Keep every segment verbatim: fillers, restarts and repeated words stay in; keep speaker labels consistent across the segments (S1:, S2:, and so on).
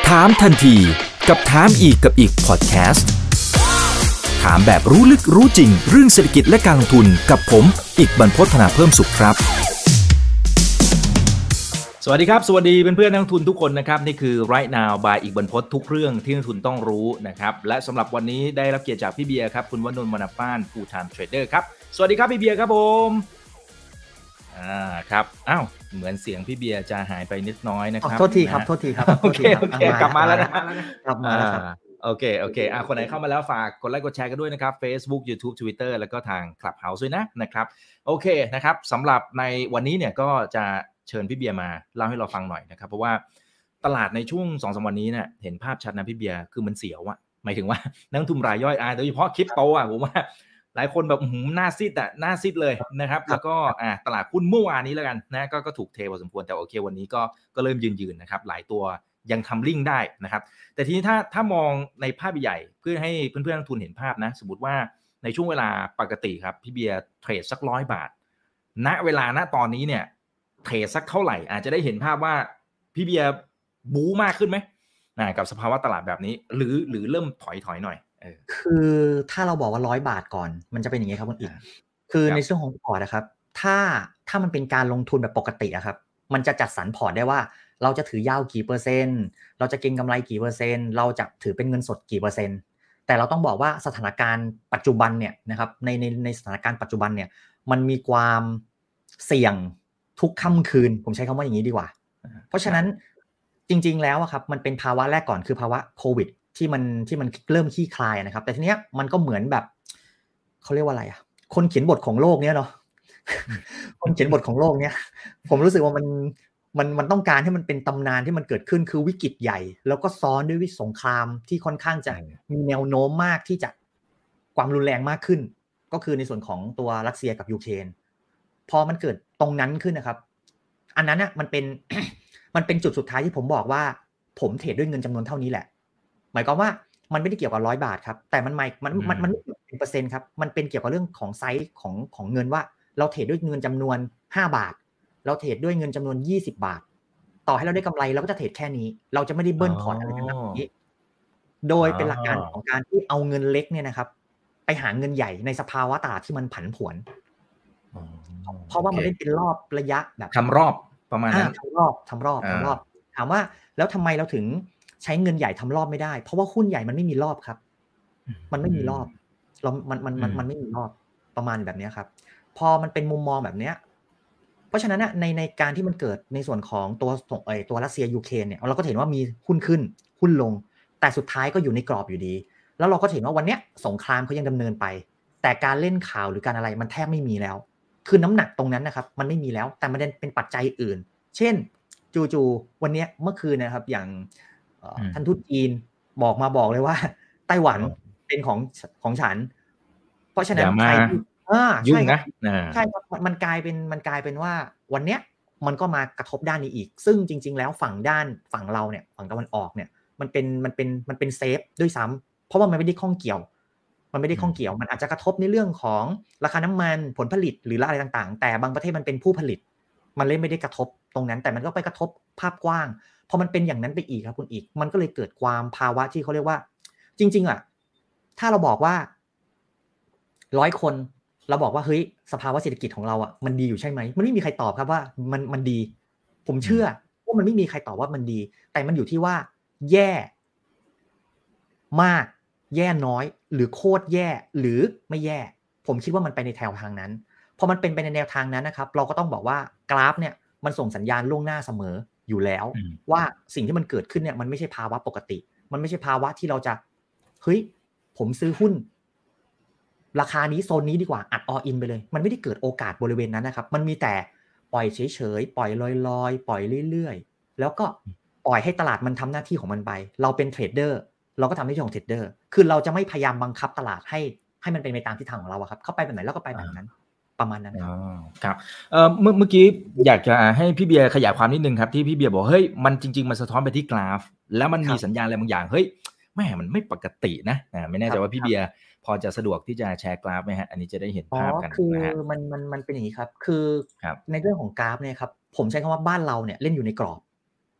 S1: ถามทันทีกับถามอีกกับอีกพอดแคสต์ถามแบบรู้ลึกรู้จริงเรื่องเศรษฐกิจและการลงทุนกับผมอีกบรรพต ธนาเพิ่มสุขครับสวัสดีครับสวัสดีเพื่อนๆนักลงทุนทุกคนนะครับนี่คือ Right Now by อีกบรรพตทุกเรื่องที่นักลงทุนต้องรู้นะครับและสำหรับวันนี้ได้รับเกียรติจากพี่เบียร์ครับคุณวนนท์ วรรณป้าน Full Time Trader ครับสวัสดีครับพี่เบียร์ครับผมอ่าครับอ้าวเหมือนเสียงพี่เบียร์จะหายไปนิดน้อยนะครับ
S2: โทษทีครับโทษทีครับ
S1: โอเคโอเคกลับมาแล้วนะ
S2: กลับมาแล้วครับ
S1: โอเคโอเคอ่ะคนไหนเข้ามาแล้วฝากกดไลค์กดแชร์กันด้วยนะครับ Facebook YouTube Twitter แล้วก็ทาง Clubhouse ด้วยนะนะครับโอเคนะครับสำหรับในวันนี้เนี่ยก็จะเชิญพี่เบียร์มาเล่าให้เราฟังหน่อยนะครับเพราะว่าตลาดในช่วง สองถึงสาม วันนี้เนี่ยเห็นภาพชัดนะพี่เบียร์คือมันเสียวอะหมายถึงว่านักลงทุนรายย่อยอ่ะโดยเฉพาะคริปโตอ่ะผมว่าหลายคนแบบหน้าซีดอ่ะหน้าซีดเลยนะครับแล้วก็อ่ะตลาดหุ้นเมื่อวานนี้แล้วกันนะก็ก็ถูกเทพอสมควรแต่โอเควันนี้ก็ก็เริ่มยืนๆนะครับหลายตัวยังทำลิ่งได้นะครับแต่ทีนี้ถ้าถ้ามองในภาพใหญ่เพื่อให้เพื่อนๆนักลงทุนเห็นภาพนะสมมติว่าในช่วงเวลาปกติครับพี่เบียร์เทรดสักร้อยบาทณเวลาณตอนนี้เนี่ยเทรดสักเท่าไหร่อาจจะได้เห็นภาพว่าพี่เบียร์บู๊มากขึ้นไหมนะกับสภาวะตลาดแบบนี้หรือหรือเริ่มถอยถอยหน่อยเออ
S2: คือถ้าเราบอกว่าร้อยบาทก่อนมันจะเป็นอย่างนี้ครับคุณอีกคือในช่วงของพอร์ตนะครับถ้าถ้ามันเป็นการลงทุนแบบปกติอะครับมันจะจัดสรรพอร์ตได้ว่าเราจะถือยาวกี่เปอร์เซ็นต์เราจะเก็งกำไรกี่เปอร์เซ็นต์เราจะถือเป็นเงินสดกี่เปอร์เซ็นต์แต่เราต้องบอกว่าสถานการณ์ปัจจุบันเนี่ยนะครับในในในสถานการณ์ปัจจุบันเนี่ยมันมีความเสี่ยงทุกค่ำคืนผมใช้คำว่าอย่างนี้ดีกว่าเพราะฉะนั้นจริงๆแล้วอะครับมันเป็นภาวะแรกก่อนคือภาวะโควิดที่มันที่มันเริ่มคลี่คลายนะครับแต่ทีเนี้ยมันก็เหมือนแบบเขาเรียกว่าอะไรอ่ะคนเขียนบทของโลกเนี้ยเนาะ คนเขียนบทของโลกเนี้ยผมรู้สึกว่ามันมันมันต้องการให้มันเป็นตำนานที่มันเกิดขึ้นคือวิกฤตใหญ่แล้วก็ซ้อนด้วยวิกฤตสงครามที่ค่อนข้างจะมีแนวโน้มมากที่จะความรุนแรงมากขึ้นก็คือในส่วนของตัวรัสเซียกับยูเครนพอมันเกิดตรงนั้นขึ้นนะครับอันนั้นน่ะมันเป็น มันเป็นจุดสุดท้ายที่ผมบอกว่าผมเทรดด้วยเงินจำนวนเท่านี้แหละหมายความว่ามันไม่ได้เกี่ยวกับร้อยบาทครับแต่มันหมายมันมันมันไม่เป็นเปอร์เซ็นต์ครับมันเป็นเกี่ยวกับเรื่องของไซส์ของของเงินว่าเราเทรดด้วยเงินจำนวนห้าบาทเราเทรดด้วยเงินจำนวนยี่สิบบาทต่อให้เราได้กำไรเราก็จะเทรดแค่นี้เราจะไม่ได้เบิ้ลพอร์ตอะไรทั้งนั้นนี้โดยเป็นหลักการของการที่เอาเงินเล็กเนี่ยนะครับไปหาเงินใหญ่ในสภาวะตลาดที่มันผันผวนเพราะว่ามันได้เป็นรอบระยะแบบ
S1: ทำรอบประมาณนั้น
S2: ทำรอบทำรอบทำรอบถามว่าแล้วทำไมเราถึงใช้เงินใหญ่ทำรอบไม่ได้เพราะว่าหุ้นใหญ่มันไม่มีรอบครับมันไม่มีรอบเรามันมันมันมันไม่มีรอบประมาณแบบนี้ครับพอมันเป็นมุมมองแบบเนี้ยเพราะฉะนั้นในในการที่มันเกิดในส่วนของตัวไอ้ตัวรัสเซียยูเครนเนี่ยเราก็เห็นว่ามีหุ้นขึ้นหุ้นลงแต่สุดท้ายก็อยู่ในกรอบอยู่ดีแล้วเราก็เห็นว่าวันเนี้ยสงครามเขายังดำเนินไปแต่การเล่นข่าวหรือการอะไรมันแทบไม่มีแล้วคือน้ำหนักตรงนั้นนะครับมันไม่มีแล้วแต่มันเป็นปัจจัยอื่นเช่นจู่ๆวันนี้เมื่อคืนนะครับอย่างท่านทูตจีนบอกมาบอกเลยว่าไต้หวันเป็นของของฉันเพราะฉะนั้นใคร
S1: ยุ่งนะ
S2: ใช่ครับมันกลายเป็นมันกลายเป็นว่าวันเนี้ยมันก็มากระทบด้านนี้อีกซึ่งจริงๆแล้วฝั่งด้านฝั่งเราเนี่ยฝั่งตะวันออกเนี่ยมันเป็นมันเป็นมันเป็นเซฟด้วยซ้ำเพราะว่ามันไม่ได้ข้องเกี่ยวมันไม่ได้ข้องเกี่ยวมันอาจจะกระทบในเรื่องของราคาน้ำมันผลผลิตหรืออะไรต่างๆแต่บางประเทศมันเป็นผู้ผลิตมันเลยไม่ได้กระทบตรงนั้นแต่มันก็ไปกระทบภาพกว้างพอมันเป็นอย่างนั้นไปอีกครับคุณอีกมันก็เลยเกิดความภาวะที่เขาเรียกว่าจริงๆอ่ะถ้าเราบอกว่าร้อยคนเราบอกว่าเฮ้ยสภาวะเศรษฐกิจของเราอ่ะมันดีอยู่ใช่ไหมมันไม่มีใครตอบครับว่ามันมันดีผมเชื่อว่ามันไม่มีใครตอบว่ามันดีแต่มันอยู่ที่ว่าแย่มากแย่น้อยหรือโคตรแย่หรือไม่แย่ผมคิดว่ามันไปในแนวทางนั้นพอมันเป็นไปในแนวทางนั้นนะครับเราก็ต้องบอกว่ากราฟเนี่ยมันส่งสัญญาณล่วงหน้าเสมออยู่แล้วว่าสิ่งที่มันเกิดขึ้นเนี่ยมันไม่ใช่ภาวะปกติมันไม่ใช่ภาวะที่เราจะเฮ้ยผมซื้อหุ้นราคานี้โซนนี้ดีกว่าอัดอออินไปเลยมันไม่ได้เกิดโอกาสบริเวณนั้นนะครับมันมีแต่ปล่อยเฉยๆปล่อยลอยๆปล่อยเรื่อยๆแล้วก็ปล่อยให้ตลาดมันทำหน้าที่ของมันไปเราเป็นเทรดเดอร์เราก็ทำหน้าที่ของเทรดเดอร์คือเราจะไม่พยายามบังคับตลาดให้ให้มันเป็นไปตามทิศทางของเราอะครับเข้าไปแบบไหนแล้วก็ไปแบบนั้นประมาณนั้นครับ
S1: ครับเอ่อเมื่อเมื่อกี้อยากจะให้พี่เบียร์ขยายความนิดนึงครับที่พี่เบียร์บอกเฮ้ยมันจริงๆมันสะท้อนไปที่กราฟแล้วมันมีสัญญาณอะไรบางอย่างเฮ้ยแม่มันไม่ปกตินะไม่แน่ใจว่าพี่เบียร์พอจะสะดวกที่จะแชร์กราฟไหมฮะอันนี้จะได้เห็นภาพกัน
S2: นะฮะคือมันมันมันเป็นอย่างนี้ครับคือในเรื่องของกราฟเนี่ยครับผมใช้คำว่าบ้านเราเนี่ยเล่นอยู่ในกรอบ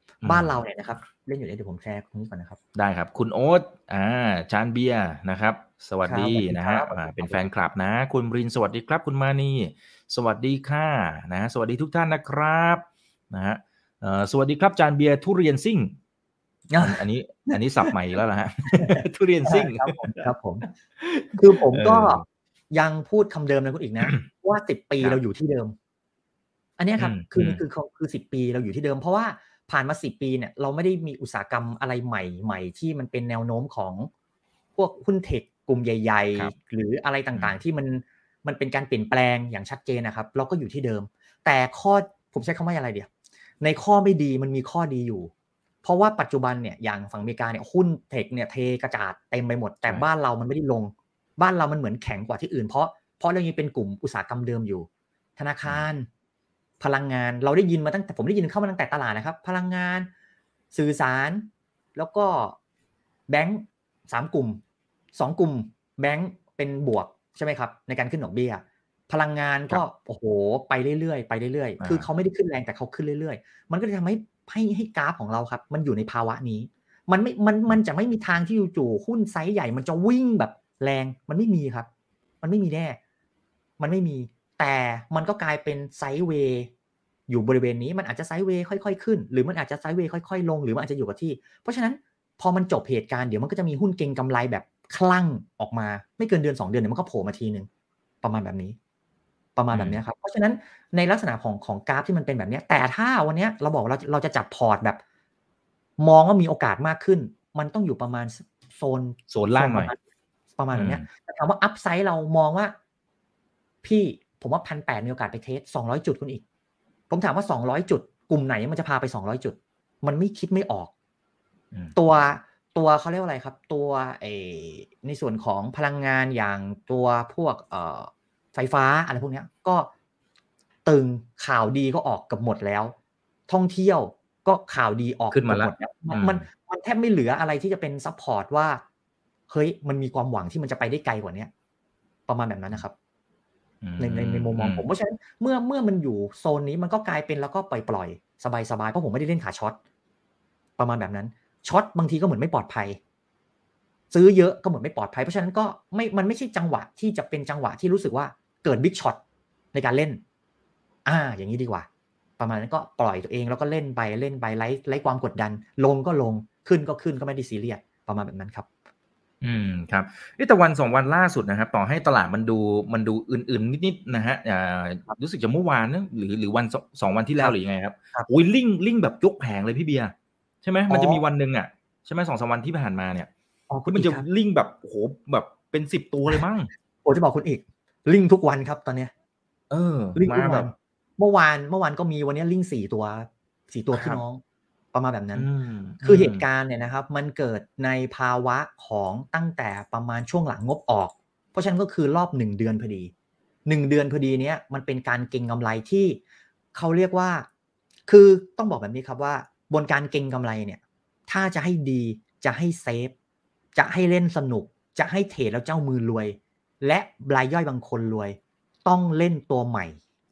S2: บ้านเราเนี่ยนะครับเล่นอยู่ได้เดี๋ยวผมแชร์ตรงนี้ก่อนนะครับ
S1: ได้ครับคุณโอ๊ตอ่าจานเบียร์นะครับสวัสดี
S2: ครับสวัสดี
S1: นะฮะ
S2: ครับสวัส
S1: อ่า
S2: ดีค
S1: เป็นแฟน
S2: รับสวัสดีครับ
S1: คลับนะคุณบรินสวัสดีครับคุณมานีสวัสดีค่ะนะสวัสดีทุกท่านนะครับนะฮะเอ่อสวัสดีครับจานเบียร์ทุเรียนซิ่งอันอันนี้อันนี้สับใหม่อีกแล้วเหรอฮะ ทุเรียนซิ่ง
S2: ครับผมครับผมคือผมก็
S1: เออ
S2: ยังพูดคำเดิมนะคุณอีกนะว่าสิบปี
S1: ครับ
S2: เราอยู่ที่เดิม อันเนี้ยครับ
S1: อืม
S2: คือ
S1: อืม
S2: คือคือคือสิบปีเราอยู่ที่เดิมเพราะว่าผ่านมาสิบปีเนี่ยเราไม่ได้มีอุตสาหกรรมอะไรใหม่ๆที่มันเป็นแนวโน้มของพวกหุ้นเทคกลุ่มใหญ่
S1: ครับ
S2: ๆหรืออะไร
S1: อืม
S2: ต่างๆที่มันมันเป็นการเปลี่ยนแปลงอย่างชัดเจนนะครับเราก็อยู่ที่เดิมแต่ข้อผมใช้คำว่าอะไรเดียวในข้อไม่ดีมันมีข้อดีอยู่เพราะว่าปัจจุบันเนี่ยอย่างฝั่งอเมริกาเนี่ยหุ้นเทคเนี่ยเทกระจาดเต็มไปหมดแต่
S1: ใช่
S2: บ้านเรามันไม่ได้ลงบ้านเรามันเหมือนแข็งกว่าที่อื่นเพราะเพราะเรายังเป็นกลุ่มอุตสาหกรรมเดิมอยู่ธนาคาร พลังงานเราได้ยินมาตั้งแต่ผมได้ยินเข้ามาตั้งแต่ตลาดนะครับพลังงานสื่อสารแล้วก็แบงก์สามกลุ่มสองกลุ่มแบงก์เป็นบวกใช่ไหมครับในการขึ้นดอกเบี้ยพลังงานก็โอ้โหไปเรื่อยๆไปเรื่อยๆคือเขาไม่ได้ขึ้นแรงแต่เขาขึ้นเรื่อยๆมันก็จะทำให้ให้ให้กราฟของเราครับมันอยู่ในภาวะนี้มันไม่มันมันจะไม่มีทางที่จู่ๆหุ้นไซส์ใหญ่มันจะวิ่งแบบแรงมันไม่มีครับมันไม่มีแน่มันไม่มีแต่มันก็กลายเป็นไซด์เวย์อยู่บริเวณนี้มันอาจจะไซด์เวย์ค่อยๆขึ้นหรือมันอาจจะไซด์เวย์ค่อยๆลงหรือมันอาจจะอยู่กับที่เพราะฉะนั้นพอมันจบเหตุการณ์เดี๋ยวมันก็จะมีหุ้นเก็งกำไรแบบคลั่งออกมาไม่เกินเดือนสองเดือนเดี๋ยวมันก็โผล่มาทีนึงประมาณแบบนี้ประมาณแบบนี้ครับเพราะฉะนั้นในลักษณะของของกราฟที่มันเป็นแบบนี้แต่ถ้าวันนี้เราบอกเราเราจะจับพอร์ตแบบมองว่ามีโอกาสมากขึ้นมันต้องอยู่ประมาณโซน
S1: โซนล่างหน่อย
S2: ประมาณแบบนี้แต่ถามว่าอัพไซด์เรามองว่าพี่ผมว่าพันแปดมีโอกาสไปเทสสองร้อยจุดคุณอีกผมถามว่าสองร้อยจุดกลุ่มไหนมันจะพาไปสองร้อยจุดมันไม่คิดไม่ออกตัวตัวเขาเรียกว่าอะไรครับตัวเอในส่วนของพลังงานอย่างตัวพวกเอ่อไฟฟ้าอะไรพวกนี้ก็ตึงข่าวดีก็ออกกับหมดแล้วท่องเที่ยวก็ข่าวดีออก
S1: ขึ้นมา
S2: กับ
S1: แล้
S2: ห
S1: ว
S2: มดแล้วมันมันแทบไม่เหลืออะไรที่จะเป็นซัพพอร์ตว่าเฮ้ยมันมีความหวังที่มันจะไปได้ไกลกว่านี้ประมาณแบบนั้นนะครับในในในมุมมองผมเพราะฉะนั้นเมื่อเมื่อมันอยู่โซนนี้มันก็กลายเป็นแล้วก็ปล่อยปล่อยสบายสบายเพราะผมไม่ได้เล่นขาช็อตประมาณแบบนั้นช็อตบางทีก็เหมือนไม่ปลอดภัยซื้อเยอะก็เหมือนไม่ปลอดภัยเพราะฉะนั้นก็ไม่มันไม่ใช่จังหวะที่จะเป็นจังหวะที่รู้สึกว่าเกิดบิ๊กช็อตในการเล่นอ่าอย่างนี้ดีกว่าประมาณนั้นก็ปล่อยตัวเองแล้วก็เล่นไปเล่นไปไร้ไร้ความกดดันลงก็ลงขึ้นก็ขึ้นก็ไม่ได้ซีเรียสประมาณแบบนั้นครับ
S1: อืมครับแต่วันสองวันล่าสุดนะครับต่อให้ตลาดมันดูมันดูอื่นๆนิดๆนะฮะอ่ารู้สึกจะเมื่อวานนะหรือหรือวันสองวันที่แล้วหรือยังไงครับโอ้ยลิ่งลิ่งแบบยกแผงเลยพี่เบียร์ใช่ไหมมันจะมีวันหนึ่งอ่ะใช่ไหมสองสามวันที่ผ่านมาเนี่ยที่มันจะลิ่งแบบโอ้โหแบบเป็นสิบตัวเลยมั้ง
S2: ผมจะบอกคุณอีกลิงทุกวันครับตอนเนี้ย
S1: เออ
S2: ลิงทุกวั
S1: มาแบ
S2: น
S1: บ
S2: เมื่อวานเมื่อวานก็มีวันนี้ลิงสี่ตัวสี่ตัวพี่น้องประมาณแบบนั้น
S1: อืม
S2: คือเหตุการณ์เนี่ยนะครับมันเกิดในภาวะของตั้งแต่ประมาณช่วงหลังงบออกเพราะฉะนั้นก็คือรอบหนึ่งเดือนพอดีหนึ่งเดือนพอดีเนี้ยมันเป็นการเก็งกำไรที่เขาเรียกว่าคือต้องบอกแบบนี้ครับว่าบนการเก็งกำไรเนี่ยถ้าจะให้ดีจะให้เซฟจะให้เล่นสนุกจะให้เทรดแล้วเจ้ามือรวยและรายย่อยบางคนรวยต้องเล่นตัวใหม่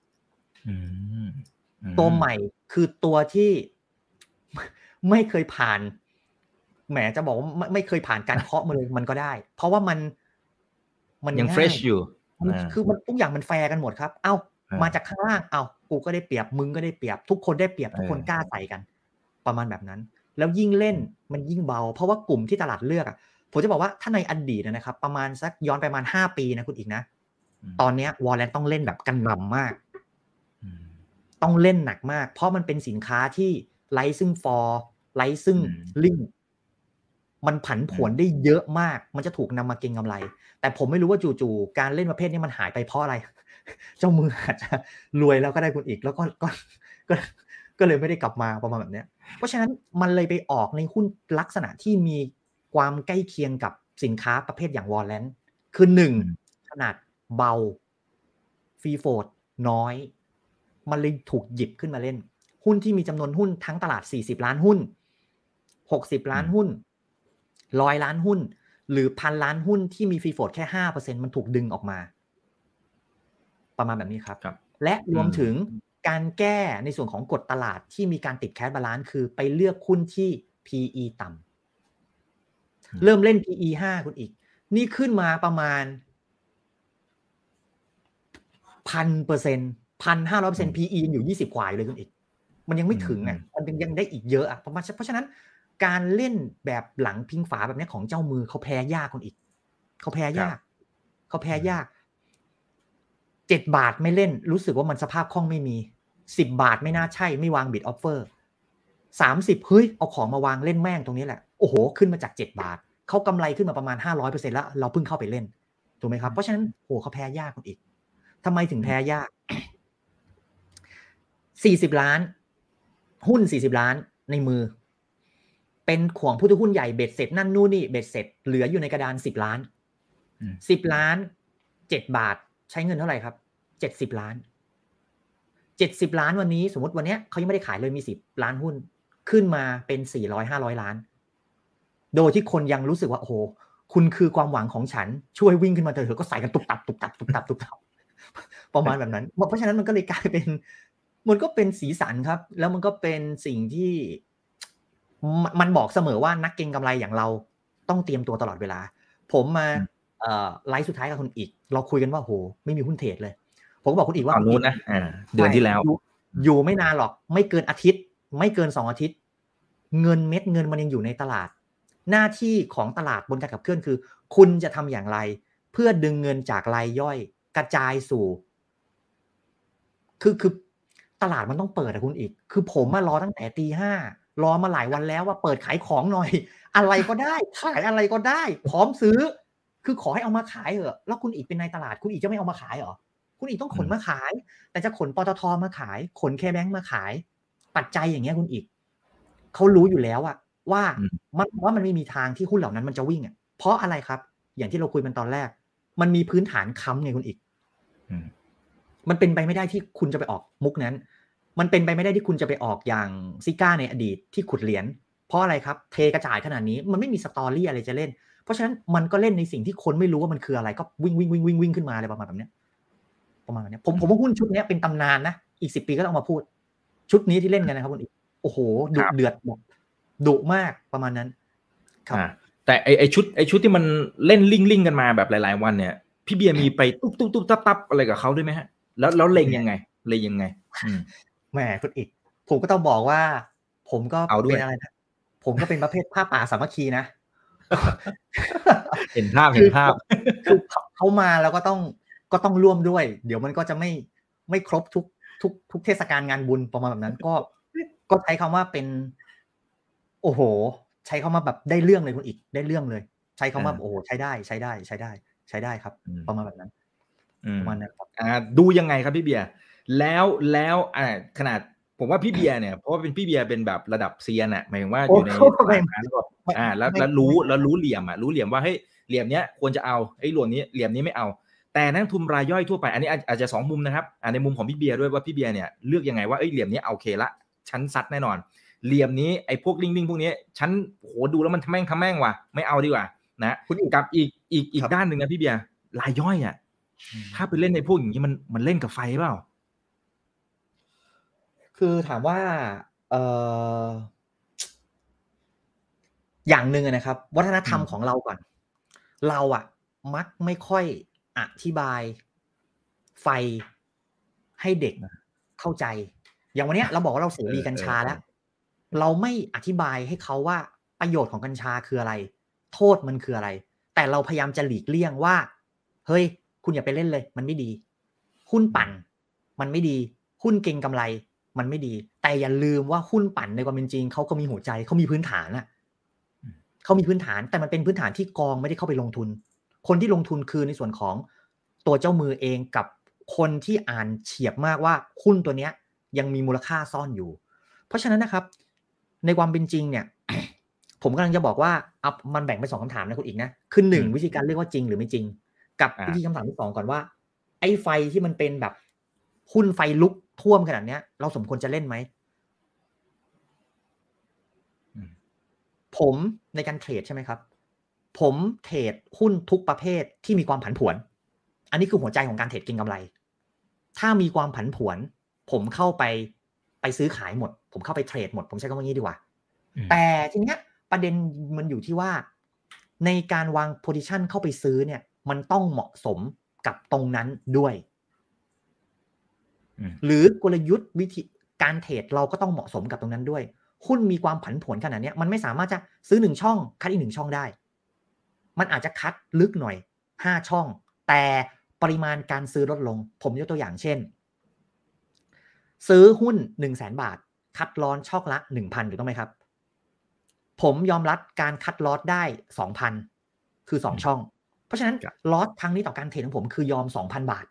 S2: ตัวใหม่คือตัวที่ไม่เคยผ่านแหมจะบอกว่าไม่ไม่เคยผ่านการเคาะมาเลยมันก็ได้เพราะว่ามันมัน
S1: ยัง
S2: ง่าย
S1: fresh อยู่
S2: คือมันทุกอย่างมันแฟร์กันหมดครับเอ้ามาจากข้างล่างเอ้ากูก็ได้เปรียบมึงก็ได้เปรียบทุกคนได้เปรียบทุกคนกล้าใส่กันประมาณแบบนั้นแล้วยิ่งเล่นมันยิ่งเบาเพราะว่ากลุ่มที่ตลาดเลือกอ่ะผมจะบอกว่าถ้าในอดีตนะครับประมาณสักย้อนไปประมาณห้าปีนะคุณอีกนะตอนนี้วอลเลนต้องเล่นแบบกันหน่ำมากต้องเล่นหนักมากเพราะมันเป็นสินค้าที่ไร้ซึ่งฟอร์ไร้ซึ่งลิงมันผันผวนได้เยอะมากมันจะถูกนำมาเก็งกำไรแต่ผมไม่รู้ว่าจู่ๆการเล่นประเภทนี้มันหายไปเพราะอะไรเจ้ามืออาจจะรวยแล้วก็ได้คุณอีกแล้วก็ก็ก็ก็เลยไม่ได้กลับมาประมาณแบบนี้เพราะฉะนั้นมันเลยไปออกในหุ้นลักษณะที่มีความใกล้เคียงกับสินค้าประเภทอย่างวอลเลนคือหนึ่งขนาดเบาฟรีโฟลดน้อยมันเลยถูกหยิบขึ้นมาเล่นหุ้นที่มีจำนวนหุ้นทั้งตลาดสี่สิบล้านหุ้นหกสิบล้านหุ้นหนึ่งร้อยล้านหุ้นหรือพันล้านหุ้นที่มีฟรีโฟลดแค่ ห้าเปอร์เซ็นต์ มันถูกดึงออกมาประมาณแบบนี้ครับและรวมถึงการแก้ในส่วนของกฎตลาดที่มีการติดแคชบาลานซ์คือไปเลือกหุ้นที่ พี อี ต่ำเริ่มเล่น พี อี ห้าคุณอีกนี่ขึ้นมาประมาณ พันเปอร์เซ็นต์ พันห้าร้อยเปอร์เซ็นต์ พี อี ยังอยู่ยี่สิบกว่าเลยคุณอีกมันยังไม่ถึงอ่ะมันยังได้อีกเยอะอ่ะเพราะเพราะฉะนั้นการเล่นแบบหลังพิงฝาแบบนี้ของเจ้ามือเขาแพ้ยากคนอีกเขาแพ้ยากเขาแพ้ยากเจ็ดบาทไม่เล่นรู้สึกว่ามันสภาพคล่องไม่มีสิบบาทไม่น่าใช่ไม่วางบิดออฟเฟอร์สามสิบเฮ้ยเอาของมาวางเล่นแม่งตรงนี้แหละโอ้โหขึ้นมาจากเจ็ดบาทเขากำไรขึ้นมาประมาณ ห้าร้อยเปอร์เซ็นต์ แล้วเราเพิ่งเข้าไปเล่นถูกไหมครับเพราะฉะนั้นโหเขาแพ้ยากคนอีกทำไมถึงแพ้ยากสี่สิบล้านหุ้นสี่สิบล้านในมือเป็นของผู้ถือหุ้นใหญ่เบ็ดเสร็จนั่นนู่นนี่เบ็ดเสร็จเหลืออยู่ในกระดานสิบล้านสิบล้านเจ็ดบาทใช้เงินเท่าไหร่ครับเจ็ดสิบล้านเจ็ดสิบล้านวันนี้สมมติวันนี้เขายังไม่ได้ขายเลยมีสิบล้านหุ้นขึ้นมาเป็นสี่ร้อย ห้าร้อยล้านโดยที่คนยังรู้สึกว่าโอ้โหคุณคือความหวังของฉันช่วยวิ่งขึ้นมาเถอะก็ใส่กันตุบตับตุบตับตุบตับตุบตับประมาณแบบนั้นเพราะฉะนั้นมันก็เลยกลายเป็นมันก็เป็นสีสันครับแล้วมันก็เป็นสิ่งที่มันบอกเสมอว่านักเก็งกำไรอย่างเราต้องเตรียมตัวตลอดเวลาผมมาเอ่อไลฟ์สุดท้ายกับคุณอีกเราคุยกันว่าโหไม่มีหุ้นเทรดเลยผมก็บอกคุณอีกว่า
S1: ตอนนู้นนะอ่าเดือนที่แล้ว
S2: อยู่ไม่นานหรอกไม่เกินอาทิตย์ไม่เกินสองอาทิตย์เงินเม็ดเงินมันยังอยู่ในตลาดหน้าที่ของตลาดบนการขับเคลื่อนคือคุณจะทำอย่างไรเพื่อดึงเงินจากรายย่อยกระจายสู่คือคือตลาดมันต้องเปิดอะคุณอีกคือผมมารอตั้งแต่ตีห้ารอมาหลายวันแล้วว่าเปิดขายของหน่อยอะไรก็ได้ขายอะไรก็ได้พร้อมซื้อคือขอให้เอามาขายเถอะแล้วคุณอีกเป็นนายตลาดคุณอีกจะไม่เอามาขายเหรอคุณอีกต้องขนมาขายแต่จะขนปตทมาขายขนเคแบงค์มาขายปัจจัยอย่างเงี้ยคุณอีกเขารู้อยู่แล้วอะว่ามันว่ามันไม่มีทางที่หุ้นเหล่านั้นมันจะวิ่งอะเพราะอะไรครับอย่างที่เราคุยกันตอนแรกมันมีพื้นฐานค้ำไงคุณอีกมันเป็นไปไม่ได้ที่คุณจะไปออกมุกนั้นมันเป็นไปไม่ได้ที่คุณจะไปออกอย่างซิก้าในอดีตที่ขุดเหรียญเพราะอะไรครับเทกระจายขนาดนี้มันไม่มีสตอรี่อะไรจะเล่นเพราะฉะนั้นมันก็เล่นในสิ่งที่คนไม่รู้ว่ามันคืออะไรก็วิ่งวิ่งวิ่งวิ่งวิ่งขึ้นมาอะไรประมาณแบบนี้ประมาณนี้ผมผมว่าหุ้นชุดนี้เป็นตำนานนะอีกสิบปีก็ต้องมาพูดชุดนี้ที่เล่นกันนะครับคุณอีกโอ้โหดุเดือดแบบดุมากประมาณนั้นครับ
S1: แต่ไอไอชุดไอชุดที่มันเล่นลิงลิงกันมาแบบหลายๆวันเนี่ยพี่เบียร์มีไปตุ๊บตุ๊บตุ๊บตับตับอะไรกับเขาด้วยไหมฮะแล้วแล้วเล็งยังไงเล็งยังไง
S2: แหมคุณอีกผมก็ต้องบอกว่าผมก็เป็นอะไรนะผมก็เป็นประเภทผ้าป่าสามัคคีนะ
S1: เห็นภาพเห็นภาพ
S2: คือเขามาแล้วก็ต้องก็ต้องร่วมด้วยเดี๋ยวมันก็จะไม่ไม่ครบทุกทุกทุกเทศกาลงานบุญประมาณแบบนั้นก็ก็ใช้คำว่าเป็นโอ้โหใช้คำว่าแบบได้เรื่องเลยคุณอีกได้เรื่องเลยใช้คำว่าโอ้โหใช้ได้ใช้ได้ใช้ได้ใช้ได้ครับประมาณแบบนั้น
S1: ประมาณนั้นครับอ่าดูยังไงครับพี่เบียร์แล้วแล้วอ่าขนาดผมว่าพี่เบียร์เนี่ยเพราะว่าเป็นพี่เบียร์เป็นแบบระดับเซียนอ่ะหมายถึงว่าอยู่ในตลาดนั้นก็อ่าแล้วแล้วรู้แล้วรู้เหลี่ยมอ่ะรู้เหลี่ยมว่าเฮ้ยเหลี่ยมเนี้ยควรจะเอาไอ้เหลี่ยมนี้เหลี่ยมนี้ไม่เอาแต่นักทุนรายย่อยทั่วไปอันนี้อาจจะสองมุมนะครับอ่าในมุมของพี่เบียร์ด้วยว่าพี่เบียร์เนี่ยเลือกยังไงว่าเอ้ยเหลี่ยมนี้โอเคละชั้นซัดแน่นอนเหลี่ยมนี้ไอ้พวกลิงลิงพวกนี้ชั้นโหดูแล้วมันทำแม่งทำแม่งว่ะไม่เอาดีกว่านะกับอีกอีกอีกด้านหนึ่งนะพี่เบียร์รายย่อยอ่ะถ้าไปเล่นในพวกอย่างนี้มันมันเล่นกับไฟเปล่า
S2: คือถามว่าเอ่ออย่างหนึ่งนะครับวัฒนธรรมของเราก่อนเราอ่ะมักไม่ค่อยอธิบายไฟให้เด็กเข้าใจอย่างวันนี้เราบอกว่าเราเสรีกัญชาแล้วเราไม่อธิบายให้เขาว่าประโยชน์ของกัญชาคืออะไรโทษมันคืออะไรแต่เราพยายามจะหลีกเลี่ยงว่าเฮ้ยคุณอย่าไปเล่นเลยมันไม่ดีหุ้นปั่นมันไม่ดีหุ้นเก็งกำไรมันไม่ดีแต่อย่าลืมว่าหุ้นปั่นในความเป็นจริงเขาก็มีหัวใจเขามีพื้นฐานอะเขามีพื้นฐานแต่มันเป็นพื้นฐานที่กองไม่ได้เข้าไปลงทุนคนที่ลงทุนคือในส่วนของตัวเจ้ามือเองกับคนที่อ่านเฉียบมากว่าหุ้นตัวเนี้ยยังมีมูลค่าซ่อนอยู่เพราะฉะนั้นนะครับในความเป็นจริงเนี่ย ผมกำลังจะบอกว่าเอามันแบ่งเป็นสองคำถามนะคุณอีกนะคือหนึ่งวิธีการเรียกว่าจริงหรือไม่จริงกับวิธีคำถามที่สองก่อนว่าไอ้ไฟที่มันเป็นแบบหุ้นไฟลุกท่วมขนาดนี้เราสมควรจะเล่นไหมผมในการเทรดใช่ไหมครับผมเทรดหุ้นทุกประเภทที่มีความผันผวนอันนี้คือหัวใจของการเทรดเก็งกำไรถ้ามีความผันผวนผมเข้าไปไปซื้อขายหมดผมเข้าไปเทรดหมดผมใช้คำว่างี้ดีกว่าแต่ทีเนี้ยประเด็นมันอยู่ที่ว่าในการวาง position เข้าไปซื้อเนี่ยมันต้องเหมาะสมกับตรงนั้นด้วยหรือกลยุทธ์วิธีการเทรดเราก็ต้องเหมาะสมกับตรงนั้นด้วยหุ้นมีความผันผวนขนาดนี้มันไม่สามารถจะซื้อหนึ่งช่องคัดอีกหนึ่งช่องได้มันอาจจะคัดลึกหน่อยห้าช่องแต่ปริมาณการซื้อลดลงผมยกตัวอย่างเช่นซื้อหุ้น หนึ่งแสน บาทคัดลอสช่องละ หนึ่งพัน ถูกต้องไหมครับผมยอมรับการคัดลอสได้ สองพัน คือสองช่องเพราะฉะนั้นลอสครั้งนี้ต่อการเทรดของผมคือยอม สองพัน บาท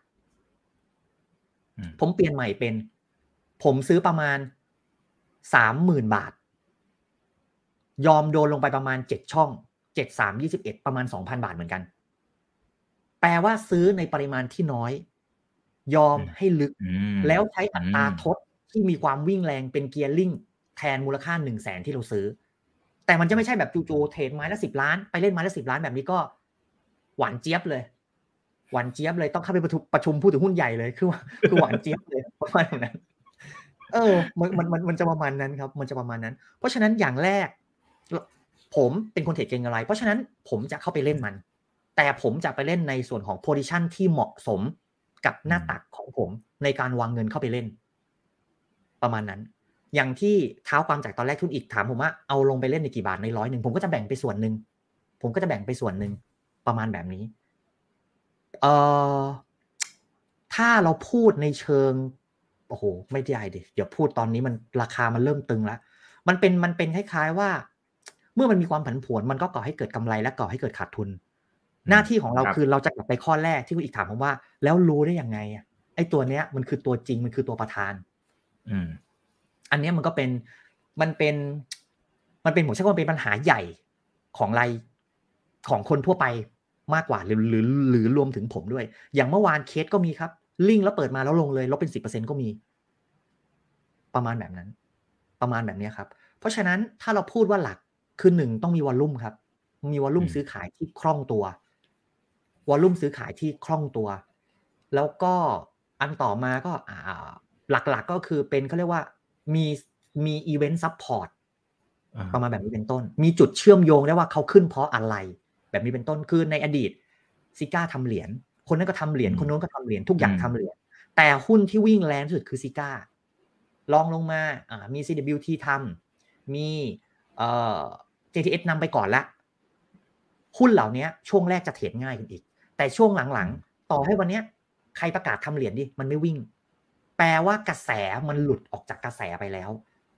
S2: ผมเปลี่ยนใหม่เป็นผมซื้อประมาณ สามหมื่น บาทยอมโดนลงไปประมาณเจ็ดช่องเจ็ด สาม ยี่สิบเอ็ดประมาณ สองพัน บาทเหมือนกันแปลว่าซื้อในปริมาณที่น้อยยอมให้ลึกแล้วใช้อัตราทดที่มีความวิ่งแรงเป็นเกียร์ลิงแทนมูลค่า หนึ่งแสน ที่เราซื้อแต่มันจะไม่ใช่แบบจู่ๆเทรดไม้ละสิบล้านไปเล่นไม้ละสิบล้านแบบนี้ก็หวานเจี๊ยบเลยหวานเจี๊ยบเลยต้องเข้าไปประชุมผู้ถือหุ้นใหญ่เลยคือคือหวานเจี๊ยบเลยประมาณนั้นเออมันมันมันมันจะประมาณนั้นครับมันจะประมาณนั้นเพราะฉะนั้นอย่างแรกผมเป็นคนเทรดเก็งอะไรเพราะฉะนั้นผมจะเข้าไปเล่นมันแต่ผมจะไปเล่นในส่วนของ position ที่เหมาะสมกับหน้าตักของผมในการวางเงินเข้าไปเล่นประมาณนั้นอย่างที่เท้าความจากตอนแรกทุนอีกถามผมว่าเอาลงไปเล่นในกี่บาทในร้อยหนึ่งผมก็จะแบ่งไปส่วนหนึ่งผมก็จะแบ่งไปส่วนหนึ่งประมาณแบบนี้เอ่อถ้าเราพูดในเชิงโอ้โหไม่ได้ดิเดี๋ยวพูดตอนนี้มันราคามันเริ่มตึงแล้วมันเป็นมันเป็นคล้ายๆว่าเมื่อมันมีความผันผวนมันก็ก่อให้เกิดกำไรและก่อให้เกิดขาดทุนหน้าที่ของเราคือเราจะกลับไปข้อแรกที่คุณอีกถามผมว่าแล้วรู้ได้ยังไงอ่ะไอ้ตัวเนี้ยมันคือตัวจริงมันคือตัวประธานอืมอันนี้มันก็เป็นมันเป็นมันเป็นผมใช้คำว่าเป็นปัญหาใหญ่ของรายของคนทั่วไปมากกว่าหรือหรือหรือรวมถึงผมด้วยอย่างเมื่อวานเคสก็มีครับลิงก์แล้วเปิดมาแล้วลงเลยลบเป็น สิบเปอร์เซ็นต์ ก็มีประมาณแบบนั้นประมาณแบบนี้ครับเพราะฉะนั้นถ้าเราพูดว่าหลักคือหนึ่งต้องมีวอลลุ่มครับมีวอลลุ่มซื้อขายที่คล่องตัววอลลุ่มซื้อขายที่คล่องตัวแล้วก็อันต่อมาก็อ่าหลักๆก็คือเป็นเขาเรียกว่ามีมีอีเวนต์ซัพพอร์ตประมาณแบบนี้เป็นต้นมีจุดเชื่อมโยงได้ว่าเขาขึ้นเพราะอะไรแบบนี้เป็นต้นคือในอดีตซิก้าทำเหรียญคนนั้นก็ทำเหรียญคนโน้นก็ทำเหรียญทุกอย่างทำเหรียญแต่หุ้นที่วิ่งแรงที่สุดคือซิก้าลองลงมาอ่ามี ซี ดับเบิลยู ที ทำมีเอ่อ เจ ที เอส นำไปก่อนละหุ้นเหล่านี้ช่วงแรกจะเทรดง่ายขึ้นอีกแต่ช่วงหลังๆต่อให้วันนี้ใครประกาศทำเหรียญดิมันไม่วิ่งแปลว่ากระแสมันหลุดออกจากกระแสไปแล้ว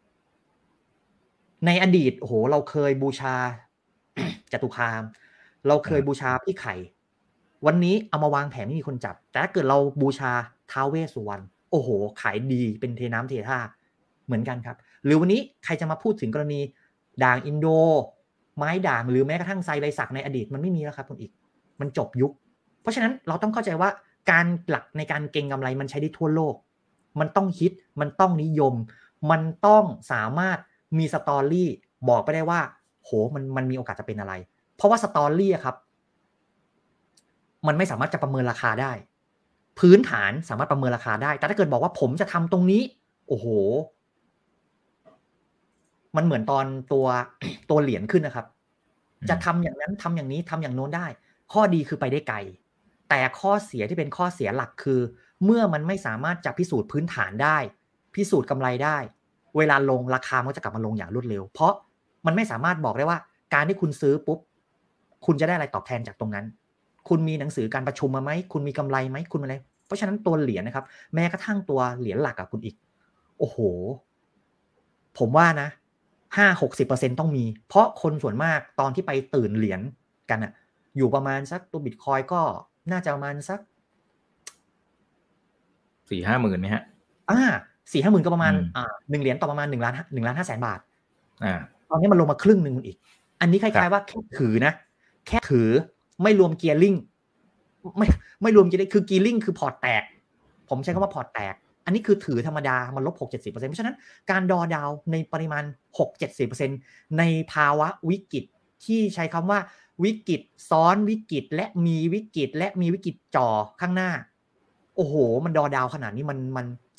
S2: ในอดีตโอ้โหเราเคยบูชา จตุคามเราเคยบูชาพี่ไข่วันนี้เอามาวางแผนไม่มีคนจับแต่ถ้าเกิดเราบูชาท้าวเวสสุวรรณโอ้โหขายดีเป็นเทน้ำเทท่าเหมือนกันครับหรือวันนี้ใครจะมาพูดถึงกรณีด่างอินโดไม้ด่างหรือแม้กระทั่งไซใบสักในอดีตมันไม่มีแล้วครับคุณอีกมันจบยุคเพราะฉะนั้นเราต้องเข้าใจว่าการหลักในการเก็งกำไรมันใช้ได้ทั่วโลกมันต้องฮิตมันต้องนิยมมันต้องสามารถมีสตอรี่บอกไปได้ว่าโหมันมันมีโอกาสจะเป็นอะไรเพราะว่าสตอรี่ครับมันไม่สามารถจะประเมินราคาได้พื้นฐานสามารถประเมินราคาได้แต่ถ้าเกิดบอกว่าผมจะทำตรงนี้โอ้โหมันเหมือนตอนตัว ตัวเหรียญขึ้นนะครับจะทำอย่างนั้นทำอย่างนี้ทำอย่างโน้นได้ข้อดีคือไปได้ไกลแต่ข้อเสียที่เป็นข้อเสียหลักคือเมื่อมันไม่สามารถจะพิสูจน์พื้นฐานได้พิสูจน์กำไรได้เวลาลงราคามันจะกลับมาลงอย่างรวดเร็วเพราะมันไม่สามารถบอกได้ว่าการที่คุณซื้อปุ๊บคุณจะได้อะไรตอบแทนจากตรงนั้นคุณมีหนังสือการประชุมมาไหมคุณมีกำไรไหมคุณอะไรเพราะฉะนั้นตัวเหรียญนะครับแม้กระทั่งตัวเหรียญหลักอะคุณอีกโอ้โหผมว่านะห้าหกสิบเปอร์เซ็นต์ต้องมีเพราะคนส่วนมากตอนที่ไปตื่นเหรียญกันอะอยู่ประมาณสักตัวบิตคอยก็น่าจะประมาณสัก
S1: สี่ห้าหมื่นไหมฮะ
S2: อ่าสี่ห้าหมื่นก็ประมาณอ่าหนึ่งเหรียญต่อประมาณหนึ่งล้านหนึ่งล้านห้าแสนบาท
S1: อ่า
S2: ตอนนี้มันลงมาครึ่งหนึ่งอีกอันนี้คล้ายๆว่าแค่ถือนะแค่ถือไม่รวมเกียร์ลิงไม่ไม่รวมเกียร์ลิงคือเกียร์ลิงคือพอร์ตแตกผมใช้คำว่าพอร์ตแตกอันนี้คือถือธรรมดามันลบ หก เจ็ดสิบเปอร์เซ็นต์ เพราะฉะนั้นการดอดาวในปริมาณ หก เจ็ดสิบเปอร์เซ็นต์ ในภาวะวิกฤตที่ใช้คำว่าวิกฤตซ้อนวิกฤตและมีวิกฤตและมีวิกฤตจ่อข้างหน้าโอ้โหมันดอดาวขนาดนี้มันมัน